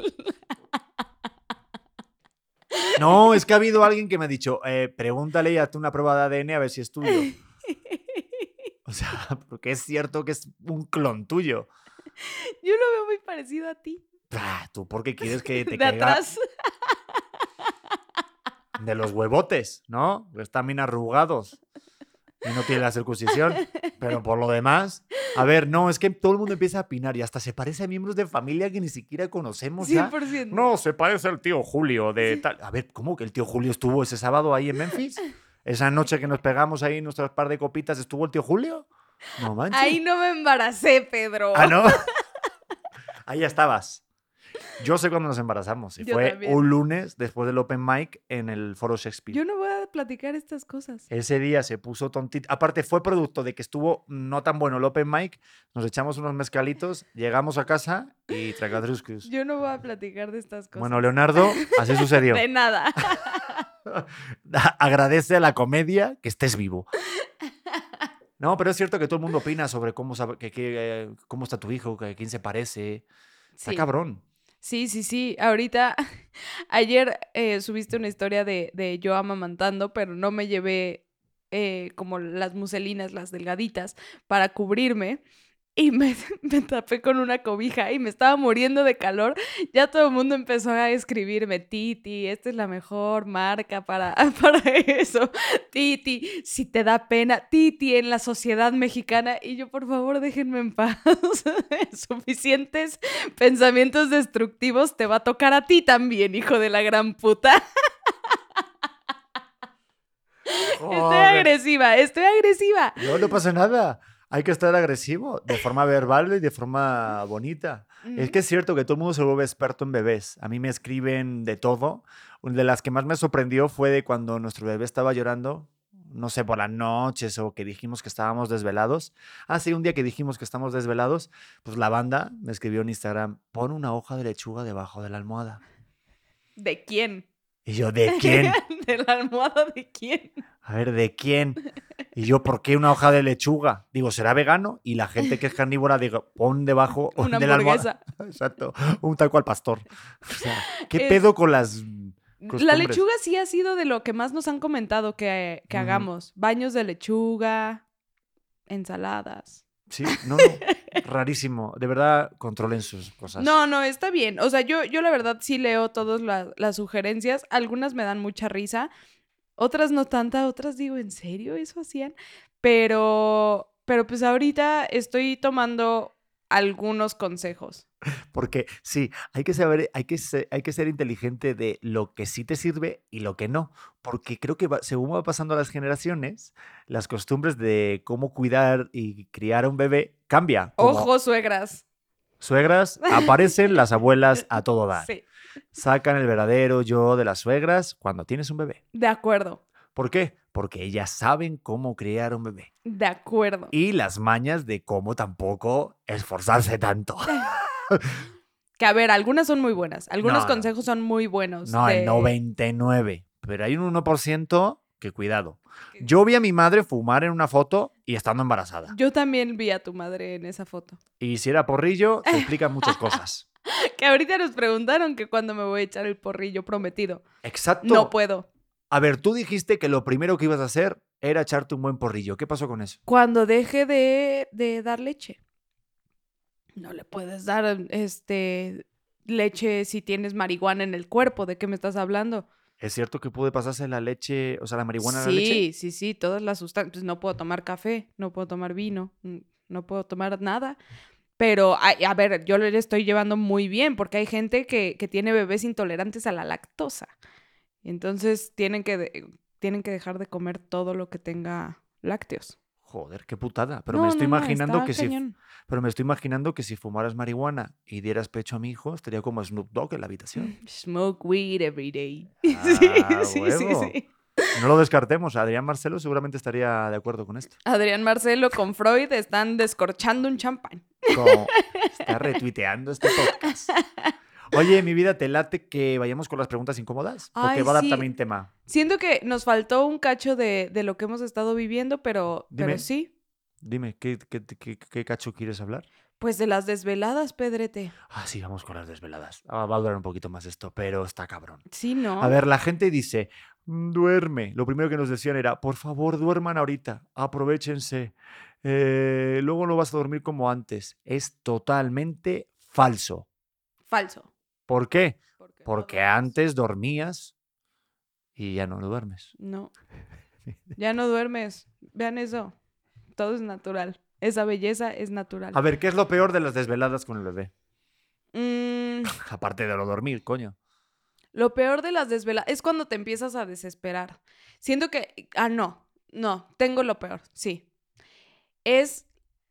No, es que ha habido alguien que me ha dicho, eh, pregúntale y hazte una prueba de A D N a ver si es tuyo. O sea, porque es cierto que es un clon tuyo. Yo lo veo muy parecido a ti. Ah, ¿tú por qué quieres que te De caiga atrás. de los huevotes, no? Están bien arrugados y no tiene la circuncisión. Pero por lo demás, a ver, no, es que todo el mundo empieza a opinar y hasta se parece a miembros de familia que ni siquiera conocemos ya. cien por ciento. No, se parece al tío Julio de Sí. tal. A ver, ¿cómo que el tío Julio estuvo ese sábado ahí en Memphis? Esa noche que nos pegamos ahí nuestras par de copitas, ¿estuvo el tío Julio? No manches. Ahí no me embaracé, Pedro. Ah, ¿no? Ahí ya estabas. Yo sé cuándo nos embarazamos. Y Yo fue también. un lunes después del Open Mic en el Foro Shakespeare. Yo no voy a platicar estas cosas. Ese día se puso tontito. Aparte, fue producto de que estuvo no tan bueno el Open Mic. Nos echamos unos mezcalitos, llegamos a casa y tragadruscus. Yo no voy a platicar de estas cosas. Bueno, Leonardo, así sucedió. De nada. Agradece a la comedia que estés vivo. No, pero es cierto que todo el mundo opina sobre cómo, sabe- que, que, eh, cómo está tu hijo, que, quién se parece. Está Sí. cabrón. Sí, sí, sí. Ahorita, ayer eh, subiste una historia de, de yo amamantando, pero no me llevé eh, como las muselinas, las delgaditas, para cubrirme. Y me, me tapé con una cobija y me estaba muriendo de calor. Ya todo el mundo empezó a escribirme, Titi, esta es la mejor marca para, para eso. Titi, si te da pena, Titi en la sociedad mexicana. Y yo, por favor, déjenme en paz. Suficientes pensamientos destructivos te va a tocar a ti también, hijo de la gran puta. Estoy Joder. agresiva, estoy agresiva. No, no pasa nada. Hay que estar agresivo, de forma verbal y de forma bonita. Es que es cierto que todo el mundo se vuelve experto en bebés. A mí me escriben de todo. Una de las que más me sorprendió fue de cuando nuestro bebé estaba llorando, no sé, por las noches o que dijimos que estábamos desvelados. Ah, sí, un día que dijimos que estamos desvelados, pues la banda me escribió en Instagram, pon una hoja de lechuga debajo de la almohada. ¿De quién? Y yo, ¿de quién? ¿De la almohada de quién? A ver, ¿de quién? Y yo, ¿por qué una hoja de lechuga? Digo, ¿será vegano? Y la gente que es carnívora, digo, pon debajo Una de la almohada. hamburguesa. Exacto, un taco al pastor. O sea, ¿qué Es- pedo con las La costumbres? lechuga sí ha sido de lo que más nos han comentado que, que Ujú. hagamos. Baños de lechuga, ensaladas. Sí, no, no, rarísimo. De verdad, controlen sus cosas. No, no, está bien. O sea, yo, yo la verdad sí leo todas la- las sugerencias. Algunas me dan mucha risa. Otras no tanta. Otras digo, ¿en serio eso hacían? Pero, pero pues ahorita estoy tomando algunos consejos. Porque sí, hay que saber, hay que ser, hay que ser inteligente de lo que sí te sirve y lo que no. Porque creo que va- según va pasando las generaciones, las costumbres de cómo cuidar y criar a un bebé cambia. Como Ojo, suegras. suegras, aparecen las abuelas a todo dar. Sí, Sacan el verdadero yo de las suegras cuando tienes un bebé. de acuerdo. ¿Por qué? Porque ellas saben cómo criar un bebé. De acuerdo. Y las mañas de cómo tampoco esforzarse tanto. Que a ver, algunas son muy buenas. Algunos No, no. consejos son muy buenos. No, de- el noventa y nueve. Pero hay un uno por ciento que cuidado. Yo vi a mi madre fumar en una foto y estando embarazada. Yo también vi a tu madre en esa foto. Y si era porrillo, te explican muchas cosas. Que ahorita nos preguntaron que cuándo me voy a echar el porrillo prometido. Exacto. No puedo. A ver, tú dijiste que lo primero que ibas a hacer era echarte un buen porrillo. ¿Qué pasó con eso? Cuando deje de, de dar leche. No le puedes dar este, leche si tienes marihuana en el cuerpo. ¿De qué me estás hablando? ¿Es cierto que puede pasarse la leche, o sea, la marihuana a la Sí, leche? sí, sí, todas las sustancias. Pues no puedo tomar café, no puedo tomar vino, mm, no puedo tomar nada. Pero, a, a ver, yo le estoy llevando muy bien porque hay gente que, que tiene bebés intolerantes a la lactosa. Entonces tienen que, de- tienen que dejar de comer todo lo que tenga lácteos. Joder, qué putada. Pero No, me estoy no, no, imaginando está que si, cañón. pero me estoy imaginando que si fumaras marihuana y dieras pecho a mi hijo, estaría como Snoop Dogg en la habitación. Smoke weed every day. Ah, sí, sí, sí, huevo. sí. No lo descartemos. Adrián Marcelo seguramente estaría de acuerdo con esto. Adrián Marcelo con Freud están descorchando un champán. Como está retuiteando este podcast. Oye, mi vida, ¿te late que vayamos con las preguntas incómodas? Porque Ay, va a dar sí. también tema. Siento que nos faltó un cacho de, de lo que hemos estado viviendo, pero, Dime. pero sí. Dime, ¿qué, qué, qué, qué cacho quieres hablar? Pues de las desveladas, Pedrete. Ah, sí, vamos con las desveladas. Ah, va a durar un poquito más esto, pero está cabrón. Sí, ¿no? A ver, la gente dice, "Mm, duerme". Lo primero que nos decían era, por favor, duerman ahorita, aprovechense. Eh, luego no vas a dormir como antes. Es totalmente falso. Falso. ¿Por qué? Porque, no Porque duermes. antes dormías y ya no lo duermes. No. Ya no duermes. Vean eso. Todo es natural. Esa belleza es natural. A ver, ¿qué es lo peor de las desveladas con el bebé? Mm, Aparte de lo dormir, coño. lo peor de las desveladas es cuando te empiezas a desesperar. Siento que... Ah, no. No. Tengo lo peor. Sí. Es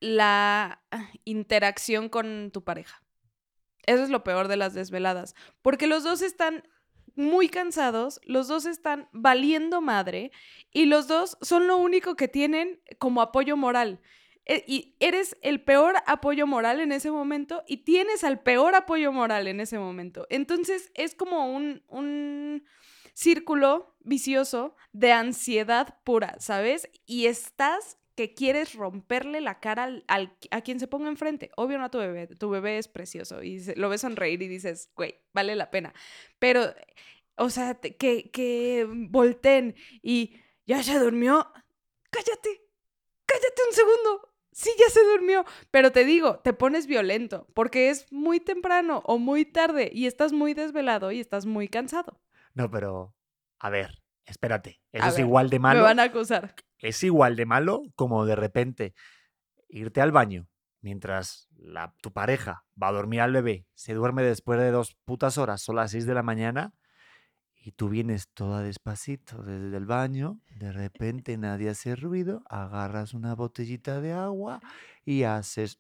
la ah, interacción con tu pareja. Eso es lo peor de las desveladas. Porque los dos están muy cansados, los dos están valiendo madre y los dos son lo único que tienen como apoyo moral. E- Y eres el peor apoyo moral en ese momento y tienes al peor apoyo moral en ese momento. Entonces es como un, un círculo vicioso de ansiedad pura, ¿sabes? Y estás que quieres romperle la cara al, al- a quien se ponga enfrente. Obvio no a tu bebé, tu bebé es precioso y se- lo ves sonreír y dices, güey, vale la pena. Pero, o sea, te- que, que volteen y ya se durmió. Cállate, cállate un segundo. Sí, ya se durmió. Pero te digo, te pones violento porque es muy temprano o muy tarde y estás muy desvelado y estás muy cansado. No, pero, a ver, espérate. Eso A es ver, igual de Me malo. van a acusar. Es igual de malo como de repente irte al baño mientras la, tu pareja va a dormir al bebé, se duerme después de dos putas horas, son las seis de la mañana, y tú vienes toda despacito desde el baño, de repente nadie hace ruido, agarras una botellita de agua y haces...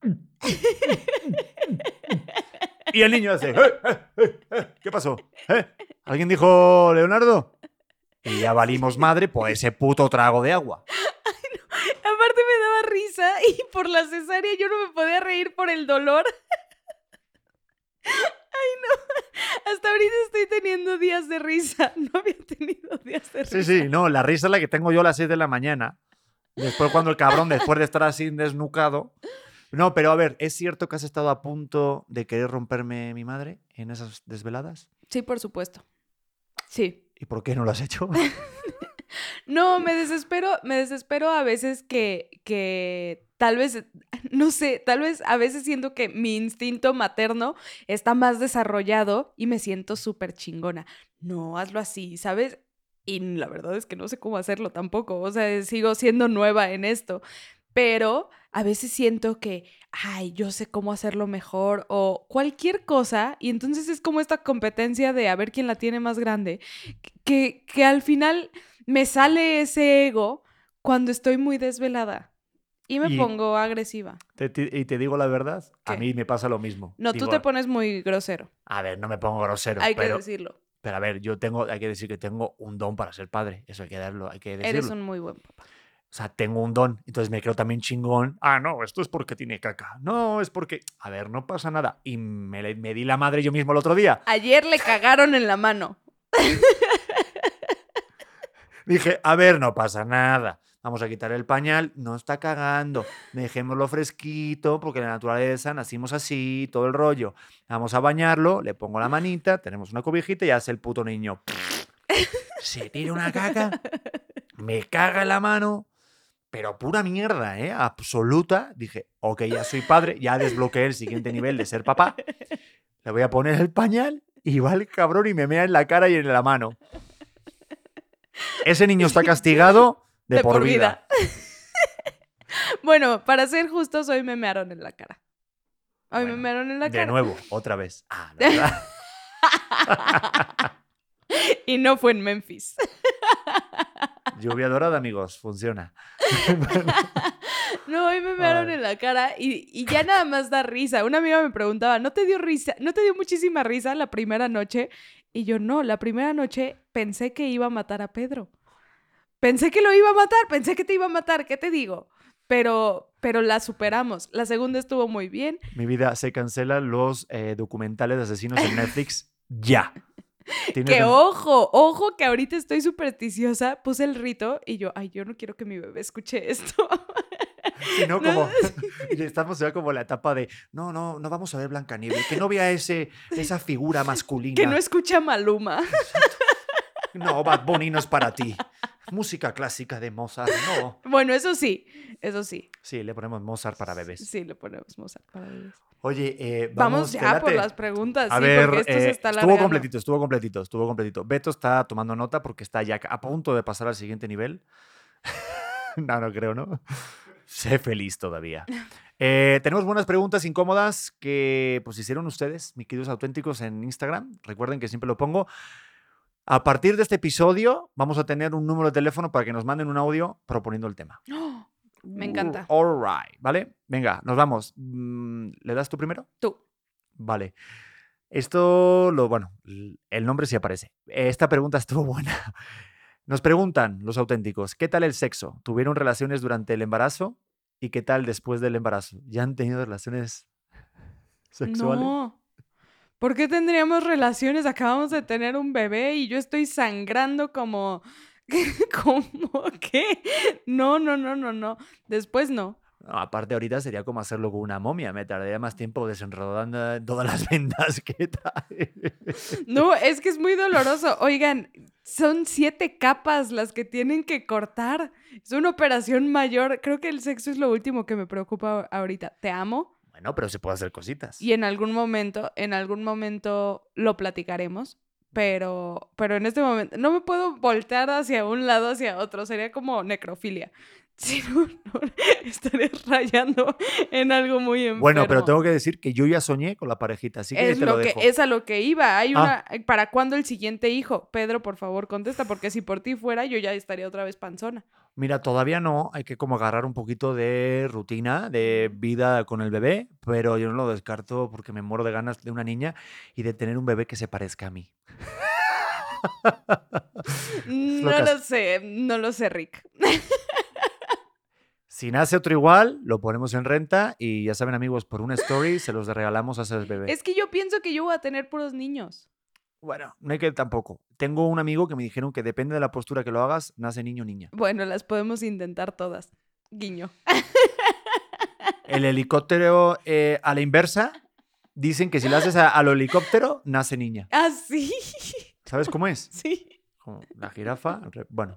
Y el niño hace... "Eh, eh, eh, eh, ¿qué pasó? ¿Eh? ¿Alguien dijo Leonardo?" Y ya valimos madre por ese puto trago de agua. Aparte me daba risa y por la cesárea yo no me podía reír por el dolor. Ay, no. Hasta ahorita estoy teniendo días de risa. No había tenido días de risa. Sí, sí, no, la risa es la que tengo yo a las seis de la mañana. Después cuando el cabrón, después de estar así desnucado... No, pero a ver, ¿es cierto que has estado a punto de querer romperme mi madre en esas desveladas? Sí, por supuesto. Sí. ¿Y por qué no lo has hecho? No, me desespero, me desespero a veces que, que tal vez, no sé, tal vez a veces siento que mi instinto materno está más desarrollado y me siento súper chingona. No, hazlo así, ¿sabes? Y la verdad es que no sé cómo hacerlo tampoco, o sea, sigo siendo nueva en esto, pero a veces siento que, ay, yo sé cómo hacerlo mejor o cualquier cosa y entonces es como esta competencia de a ver quién la tiene más grande, que, que al final me sale ese ego cuando estoy muy desvelada y me Y- pongo agresiva. Te- te- y te digo la verdad, a ¿Qué? mí me pasa lo mismo. No, Digo, tú te pones muy grosero, a ver, no me pongo grosero, hay que pero, decirlo. pero a ver, yo tengo, hay que decir que tengo un don para ser padre. Eso hay que darlo, hay que decirlo. Eres un muy buen papá. O sea, tengo un don, entonces me creo también chingón. Ah, no, esto es porque tiene caca. No, es porque... A ver, no pasa nada. Y me, le- me di la madre yo mismo el otro día. Ayer le cagaron en la mano. Dije, a ver, no pasa nada. Vamos a quitar el pañal, no está cagando. Dejémoslo fresquito porque en la naturaleza nacimos así, todo el rollo. Vamos a bañarlo, le pongo la manita, tenemos una cobijita y hace el puto niño. Se tira una caca, me caga en la mano, pero pura mierda, ¿eh? Absoluta. Dije, ok, ya soy padre, ya desbloqueé el siguiente nivel de ser papá. Le voy a poner el pañal y va el cabrón y me mea en la cara y en la mano. Ese niño está castigado de, De por, por vida. vida. Bueno, para ser justos, hoy me mearon en la cara. Hoy Bueno, me mearon en la de cara. nuevo, otra vez. Ah, la verdad. Y no fue en Memphis. Lluvia dorada, amigos, funciona. No, hoy me mearon Ay. en la cara y, y ya nada más da risa. Una amiga me preguntaba, ¿no te dio risa? ¿No te dio muchísima risa la primera noche? Y yo, no, la primera noche pensé que iba a matar a Pedro. Pensé que lo iba a matar, pensé que te iba a matar, ¿qué te digo? Pero, pero la superamos. La segunda estuvo muy bien. Mi vida, se cancelan los eh, documentales de asesinos en Netflix ya. Tienes Que en- ojo, ojo, que ahorita estoy supersticiosa. Puse el rito y yo, ay, yo no quiero que mi bebé escuche esto. Si no, No. como y estamos ya como en la etapa de no, no, no vamos a ver Blancanieves, que no vea ese, esa figura masculina. Que no escucha Maluma. No, Bad Bunny no es para ti. Música clásica de Mozart, no. Bueno, eso sí, eso sí. Sí, le ponemos Mozart para bebés. Sí, le ponemos Mozart para bebés. Oye, eh, Vamos, vamos, ¿te ya por late? las preguntas, A sí, ver, porque esto se eh, está estuvo alargando. completito, estuvo completito, estuvo completito. Beto está tomando nota porque está ya a punto de pasar al siguiente nivel. No, no creo, ¿no? Sé feliz todavía. Eh, tenemos buenas preguntas incómodas que pues hicieron ustedes, mis queridos auténticos, en Instagram. Recuerden que siempre lo pongo. A partir de este episodio vamos a tener un número de teléfono para que nos manden un audio proponiendo el tema. ¡Oh! Me encanta. Uh, all right, ¿vale? Venga, nos vamos. Mm, ¿Le das tú primero? Tú. Vale. Esto, lo bueno, l- el nombre sí aparece. Esta pregunta estuvo buena. Nos preguntan los auténticos, ¿qué tal el sexo? ¿Tuvieron relaciones durante el embarazo? ¿Y qué tal después del embarazo? ¿Ya han tenido relaciones sexuales? No. ¿Por qué tendríamos relaciones? Acabamos de tener un bebé y yo estoy sangrando como... ¿Cómo qué? No, no, no, no, no. Después no. No, aparte ahorita sería como hacerlo con una momia. Me tardaría más tiempo desenredando todas las vendas que tal. No, es que es muy doloroso. Oigan, son siete capas las que tienen que cortar. Es una operación mayor. Creo que el sexo es lo último que me preocupa ahorita. Te amo Bueno, pero se puede hacer cositas. y en algún momento, en algún momento lo platicaremos. Pero, pero en este momento no me puedo voltear hacia un lado, hacia otro. Sería como necrofilia. Si no, no, estaré rayando en algo muy enfermo. Bueno, pero tengo que decir que yo ya soñé con la parejita, así que Es te lo lo que dejo. es a lo que iba. Hay Ah. una ¿para cuándo el siguiente hijo? Pedro, por favor, contesta, porque si por ti fuera, yo ya estaría otra vez panzona. Mira, todavía no, hay que como agarrar un poquito de rutina, de vida con el bebé, pero yo no lo descarto porque me muero de ganas de una niña y de tener un bebé que se parezca a mí. No Locas. lo sé, no lo sé, Rick. Si nace otro igual, lo ponemos en renta y ya saben, amigos, por una story se los regalamos a ese bebé. Es que yo pienso que yo voy a tener puros niños. Bueno, no hay que tampoco. Tengo un amigo que me dijeron que depende de la postura que lo hagas, nace niño o niña. Bueno, las podemos intentar todas. Guiño. El helicóptero eh, a la inversa, dicen que si lo haces a- al helicóptero, nace niña. ¿Ah, sí? ¿Sabes cómo es? Sí. Como la jirafa. al re- Bueno.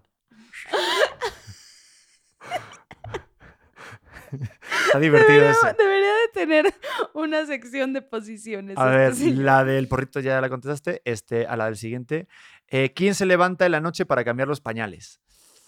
Está divertido Debería, ese. debería de tener una sección de posiciones. A este ver, señor. la del porrito ya la contestaste. Este, a la del siguiente. Eh, ¿Quién se levanta en la noche para cambiar los pañales?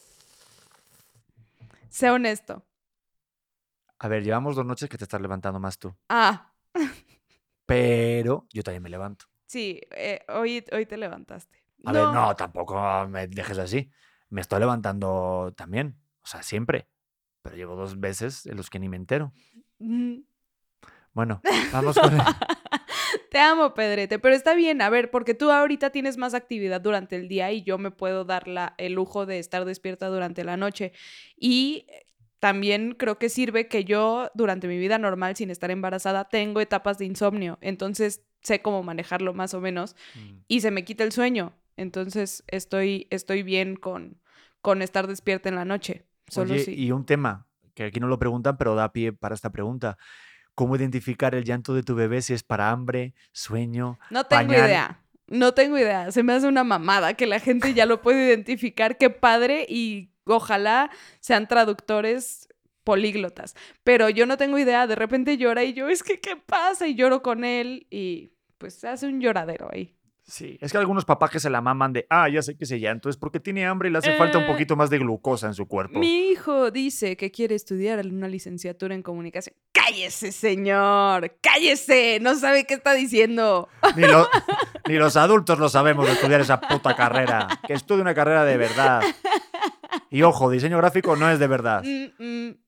Sé honesto. A ver, llevamos dos noches que te estás levantando más tú. Ah, Pero yo también me levanto. sí, eh, hoy, hoy te levantaste. A ver, no, tampoco me dejes así. Me estoy levantando también. O sea, siempre. Pero llevo dos veces en los que ni me entero. Mm. Bueno, vamos con el... Te amo, Pedrete, pero está bien, a ver, porque tú ahorita tienes más actividad durante el día y yo me puedo dar la, el lujo de estar despierta durante la noche. Y también creo que sirve que yo, durante mi vida normal, sin estar embarazada, tengo etapas de insomnio. Entonces sé cómo manejarlo más o menos Mm. y se me quita el sueño. Entonces estoy, estoy bien con, con estar despierta en la noche. Solo Oye, sí. y un tema, que aquí no lo preguntan, pero da pie para esta pregunta. ¿Cómo identificar el llanto de tu bebé si es para hambre, sueño, No tengo pañal? idea. No tengo idea. Se me hace una mamada que la gente ya lo puede identificar. Qué padre y ojalá sean traductores políglotas. Pero yo no tengo idea. De repente llora y yo, es que, ¿qué pasa? Y lloro con él y pues se hace un lloradero ahí. Sí, es que algunos papás que se la maman de, ah, ya sé que ese llanto es porque tiene hambre y le hace falta un Eh, poquito más de glucosa en su cuerpo. Mi hijo dice que quiere estudiar una licenciatura en comunicación. ¡Cállese, señor! ¡Cállese! No sabe qué está diciendo. Ni, lo- ni los adultos lo sabemos de estudiar esa puta carrera. Que estudie una carrera de verdad. Y ojo, diseño gráfico no es de verdad. Mm, mm.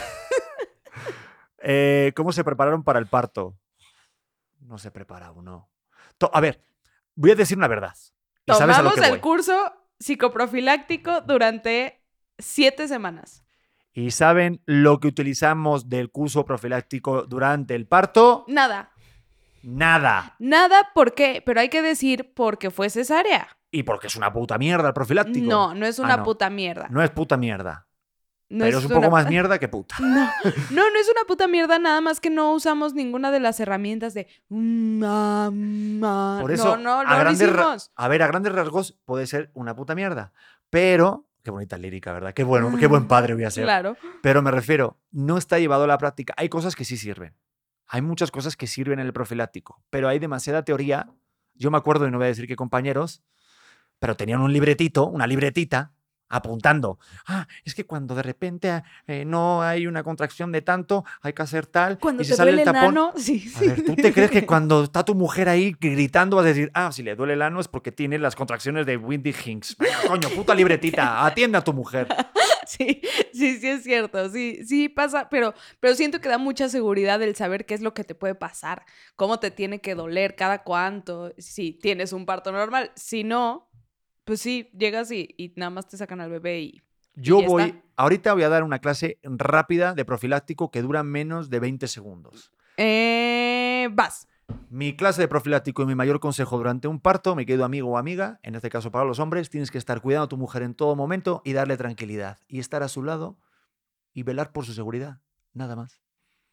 Eh, ¿Cómo se prepararon para el parto? No se prepara uno. To- a ver, voy a decir una verdad. Y sabes a lo Tomamos que el voy. curso psicoprofiláctico durante siete semanas. ¿Y saben lo que utilizamos del curso profiláctico durante el parto? Nada. Nada. Nada, ¿por qué? Pero hay que decir porque fue cesárea. Y porque es una puta mierda el profiláctico. No, no es Ah, una no. puta mierda. No es puta mierda. No pero es, un poco una- más mierda que puta. No, no, no es una puta mierda, nada más que no usamos ninguna de las herramientas de... mm, ah, mm, ah. Por eso, no, no, a, no lo grandes ra- hicimos. a ver, a grandes rasgos puede ser una puta mierda. Pero, qué bonita lírica, ¿verdad? Qué bueno, qué buen padre voy a ser. Claro. Pero me refiero, no está llevado a la práctica. Hay cosas que sí sirven. Hay muchas cosas que sirven en el profiláctico, pero hay demasiada teoría. Yo me acuerdo, y no voy a decir qué compañeros, pero tenían un libretito, una libretita, apuntando. Ah, es que cuando de repente eh, no hay una contracción de tanto, hay que hacer tal. Cuando y te se sale duele el el tapón. ano, sí, A sí. ver, ¿tú te crees que cuando está tu mujer ahí gritando vas a decir, ah, si le duele el ano es porque tiene las contracciones de Windy Hinks? Venga, coño, puta libretita, atiende a tu mujer. Sí, sí, sí es cierto, sí, sí pasa, pero, pero siento que da mucha seguridad el saber qué es lo que te puede pasar, cómo te tiene que doler, cada cuánto, si tienes un parto normal, si no, pues sí, llegas y, y nada más te sacan al bebé y... Yo ya voy, está. ahorita voy a dar una clase rápida de profiláctico que dura menos de veinte segundos. Eh, vas. Mi clase de profiláctico y mi mayor consejo durante un parto, mi querido amigo o amiga, en este caso para los hombres, tienes que estar cuidando a tu mujer en todo momento y darle tranquilidad. Y estar a su lado y velar por su seguridad. Nada más.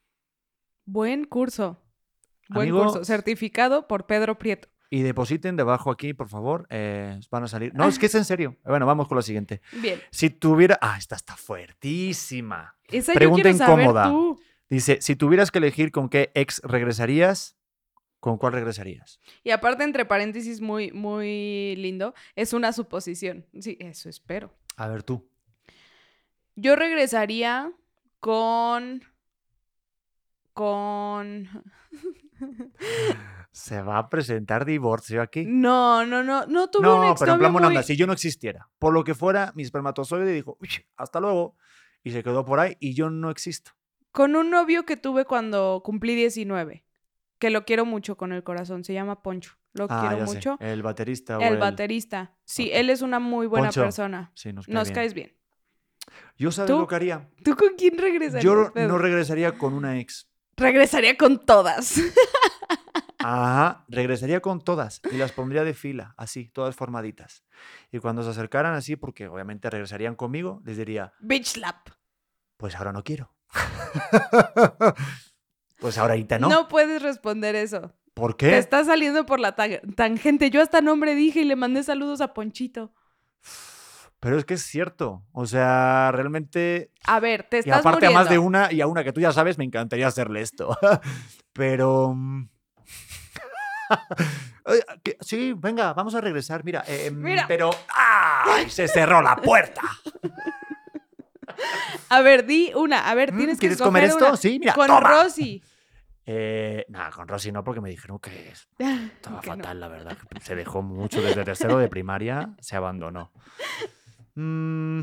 Buen curso. Buen Amigo, curso. Certificado por Pedro Prieto. Y depositen debajo aquí, por favor. eh, van a salir. No, es que es en serio. Bueno, vamos con la siguiente. Bien. Si tuviera... Ah, esta está fuertísima. Esa Pregunta yo quiero saber incómoda. tú. Dice, si tuvieras que elegir con qué ex regresarías, ¿con cuál regresarías? Y aparte, entre paréntesis, muy, muy lindo, es una suposición. Sí, eso espero. A ver tú. Yo regresaría con... Con... Se va a presentar divorcio aquí. No, no, no, no tuve un No, pero en exnovio plan buena muy... onda, si yo no existiera, por lo que fuera, mi espermatozoide dijo, "Uy, hasta luego", y se quedó por ahí y yo no existo. Con un novio que tuve cuando cumplí diecinueve, que lo quiero mucho con el corazón, se llama Poncho. Lo Ah, quiero ya mucho. sé, el baterista o El el... baterista. Sí, Ok. él es una muy buena Poncho. persona. Sí, nos cae Nos bien. caes bien. Yo sabes ¿Tú? lo que haría. ¿Tú con quién regresarías, Yo Pedro? no regresaría con una ex. Regresaría con todas. Ajá, regresaría con todas y las pondría de fila, así, todas formaditas. Y cuando se acercaran así, porque obviamente regresarían conmigo, les diría, Bitch slap. pues ahora no quiero. Pues ahorita no. No puedes responder eso. ¿Por Te qué? estás saliendo por la ta- tangente. Yo hasta nombre dije y le mandé saludos a Ponchito. Pero es que es cierto. O sea, realmente... A ver, te Y estás aparte a más de muriendo. una y a una que tú ya sabes, me encantaría hacerle esto. Pero... mm, Oye, que- sí, venga, vamos a regresar. Mira, eh, mm, Mira. pero... ¡Ay! Se cerró la puerta. A ver, di una. A ver, Mm, tienes que ¿Quieres escoger comer esto? una. Sí, mira, Con toma. Rosy. Eh, nada, con Rosy no, porque me dijeron que estaba Que no. fatal, la verdad. que Se dejó mucho desde tercero de primaria, se abandonó. Mm,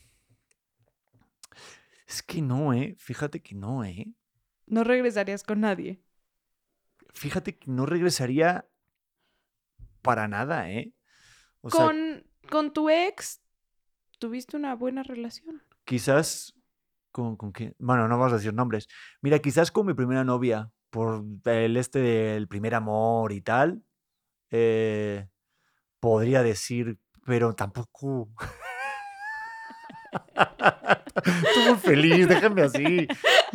es que no, ¿eh? Fíjate que no, ¿eh? No regresarías con nadie. Fíjate que no regresaría para nada, ¿eh? O sea, Con, con tu ex, tuviste una buena relación. quizás con, con quién. Bueno, no vamos a decir nombres. Mira, quizás con mi primera novia, por el este del primer amor y tal, eh, podría decir, pero tampoco. Estoy muy feliz, déjenme así.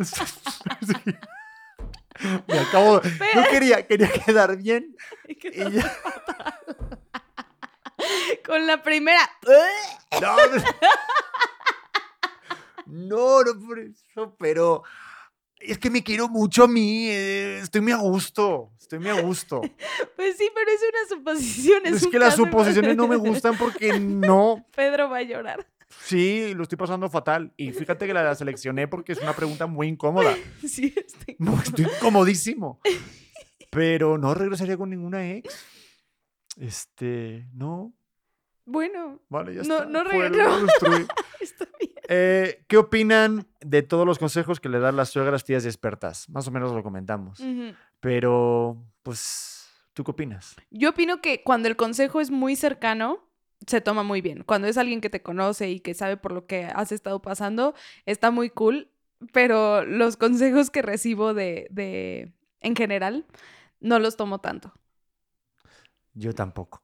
Me acabo... Yo quería, quería quedar bien. Y ya... Con la primera. No, no, no por eso, pero es que me quiero mucho a mí. Eh, estoy muy a gusto. Estoy muy a gusto. Pues sí, pero es una suposición. Es, Es un que las caso- suposiciones no me gustan porque no. Pedro va a llorar. Sí, lo estoy pasando fatal. Y fíjate que la, la seleccioné porque es una pregunta muy incómoda. Sí, estoy... No, estoy incomodísimo. Pero no regresaría con ninguna ex. Este, no. Bueno, Vale, ya No, está. no Fue, reg- lo no. destruí. está bien. Eh, ¿Qué opinan de todos los consejos que le dan las suegras, tías y expertas? Más o menos lo comentamos. Ujú. Pero, pues, ¿tú qué opinas? Yo opino que cuando el consejo es muy cercano, se toma muy bien. Cuando es alguien que te conoce y que sabe por lo que has estado pasando, está muy cool. Pero los consejos que recibo de, de en general, no los tomo tanto. Yo tampoco.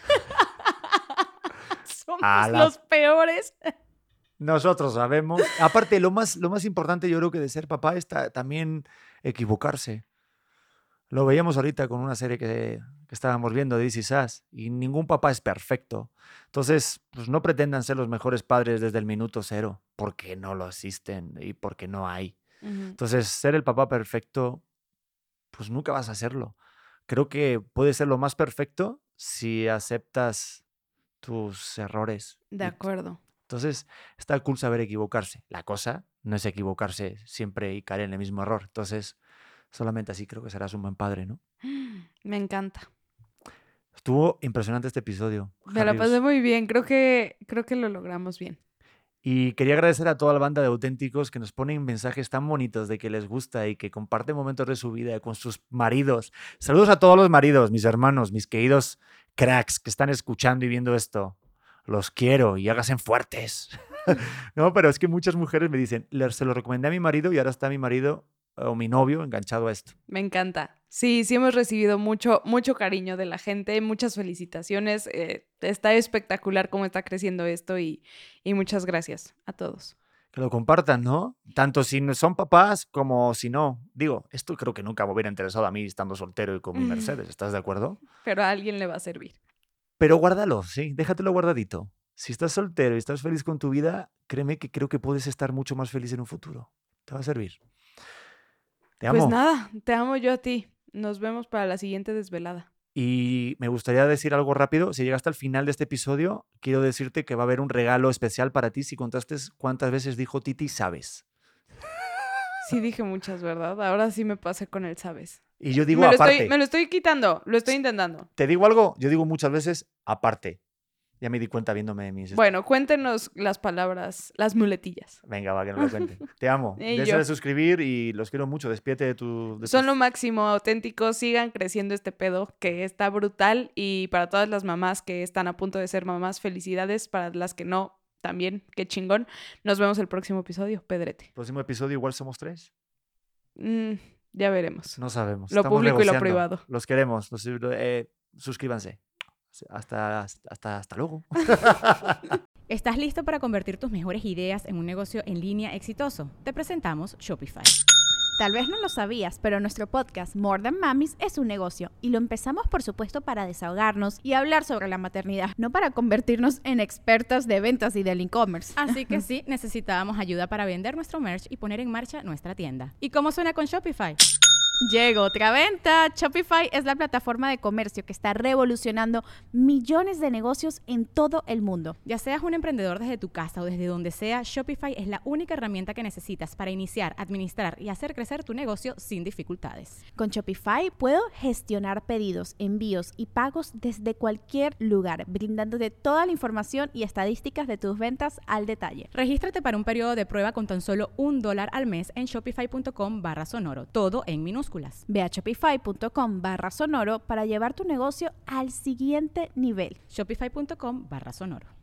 Somos A la- los peores. Nosotros sabemos. Aparte, lo más, lo más importante yo creo que de ser papá es ta- también equivocarse. Lo veíamos ahorita con una serie que, que estábamos viendo de This Is Us, y ningún papá es perfecto. Entonces, pues no pretendan ser los mejores padres desde el minuto cero, porque no lo existen y porque no hay. Ujú. Entonces, ser el papá perfecto, pues nunca vas a hacerlo. Creo que puede ser lo más perfecto si aceptas tus errores. De Y- acuerdo. Entonces, está cool saber equivocarse. La cosa no es equivocarse siempre y caer en el mismo error. Entonces, solamente así creo que serás un buen padre, ¿no? Me encanta. Estuvo impresionante este episodio. Me la Harrius. pasé muy bien. Creo que, creo que lo logramos bien. Y quería agradecer a toda la banda de auténticos que nos ponen mensajes tan bonitos de que les gusta y que comparten momentos de su vida con sus maridos. Saludos a todos los maridos, mis hermanos, mis queridos cracks que están escuchando y viendo esto. Los quiero y háganse fuertes. No, pero es que muchas mujeres me dicen, "Le- se lo recomendé a mi marido y ahora está mi marido o mi novio enganchado a esto". Me encanta. Sí, sí hemos recibido mucho, mucho cariño de la gente, muchas felicitaciones. eh, está espectacular cómo está creciendo esto y, y muchas gracias a todos. Que lo compartan, ¿no? Tanto si no son papás como si no. Digo, esto creo que nunca me hubiera interesado a mí estando soltero y con mi Mercedes, ¿estás de acuerdo? Pero a alguien le va a servir. Pero guárdalo, sí, déjatelo guardadito. Si estás soltero y estás feliz con tu vida, créeme que creo que puedes estar mucho más feliz en un futuro. Te va a servir. Te amo. Pues nada, te amo yo a ti. Nos vemos para la siguiente desvelada. Y me gustaría decir algo rápido. Si llegaste al final de este episodio, quiero decirte que va a haber un regalo especial para ti si contaste cuántas veces dijo Titi sabes. Sí dije muchas, ¿verdad? Ahora sí me pasé con el sabes. Y yo digo me, lo aparte. estoy, me lo estoy quitando, lo estoy intentando. ¿Te digo algo? Yo digo muchas veces aparte. Ya me di cuenta viéndome mis... Bueno, cuéntenos las palabras, las muletillas. Venga, va, que no lo cuente. Te amo. Y Deja yo. de suscribir y los quiero mucho. Despídete de tu... de Son tus- lo máximo, auténticos. Sigan creciendo este pedo que está brutal. Y para todas las mamás que están a punto de ser mamás, felicidades. Para las que no, también, qué chingón. Nos vemos el próximo episodio, Pedrete. Próximo episodio igual somos tres. Mm, ya veremos. No sabemos. Lo Estamos público y lo negociando. privado. Los queremos. Los- eh, suscríbanse. Hasta, hasta, hasta luego. ¿Estás listo para convertir tus mejores ideas en un negocio en línea exitoso? Te presentamos Shopify. Tal vez no lo sabías, pero nuestro podcast More Than Mamis es un negocio y lo empezamos por supuesto para desahogarnos y hablar sobre la maternidad, no para convertirnos en expertas de ventas y del e-commerce. Así que sí, necesitábamos ayuda para vender nuestro merch y poner en marcha nuestra tienda. ¿Y cómo suena con Shopify? Llegó otra venta. Shopify es la plataforma de comercio que está revolucionando millones de negocios en todo el mundo. Ya seas un emprendedor desde tu casa o desde donde sea, Shopify es la única herramienta que necesitas para iniciar, administrar y hacer crecer tu negocio sin dificultades. Con Shopify puedo gestionar pedidos, envíos y pagos desde cualquier lugar, brindándote toda la información y estadísticas de tus ventas al detalle. Regístrate para un periodo de prueba con tan solo un dólar al mes en shopify.com barra sonoro, todo en minúsculas. Ve a shopify.com barra sonoro para llevar tu negocio al siguiente nivel. Shopify.com barra sonoro.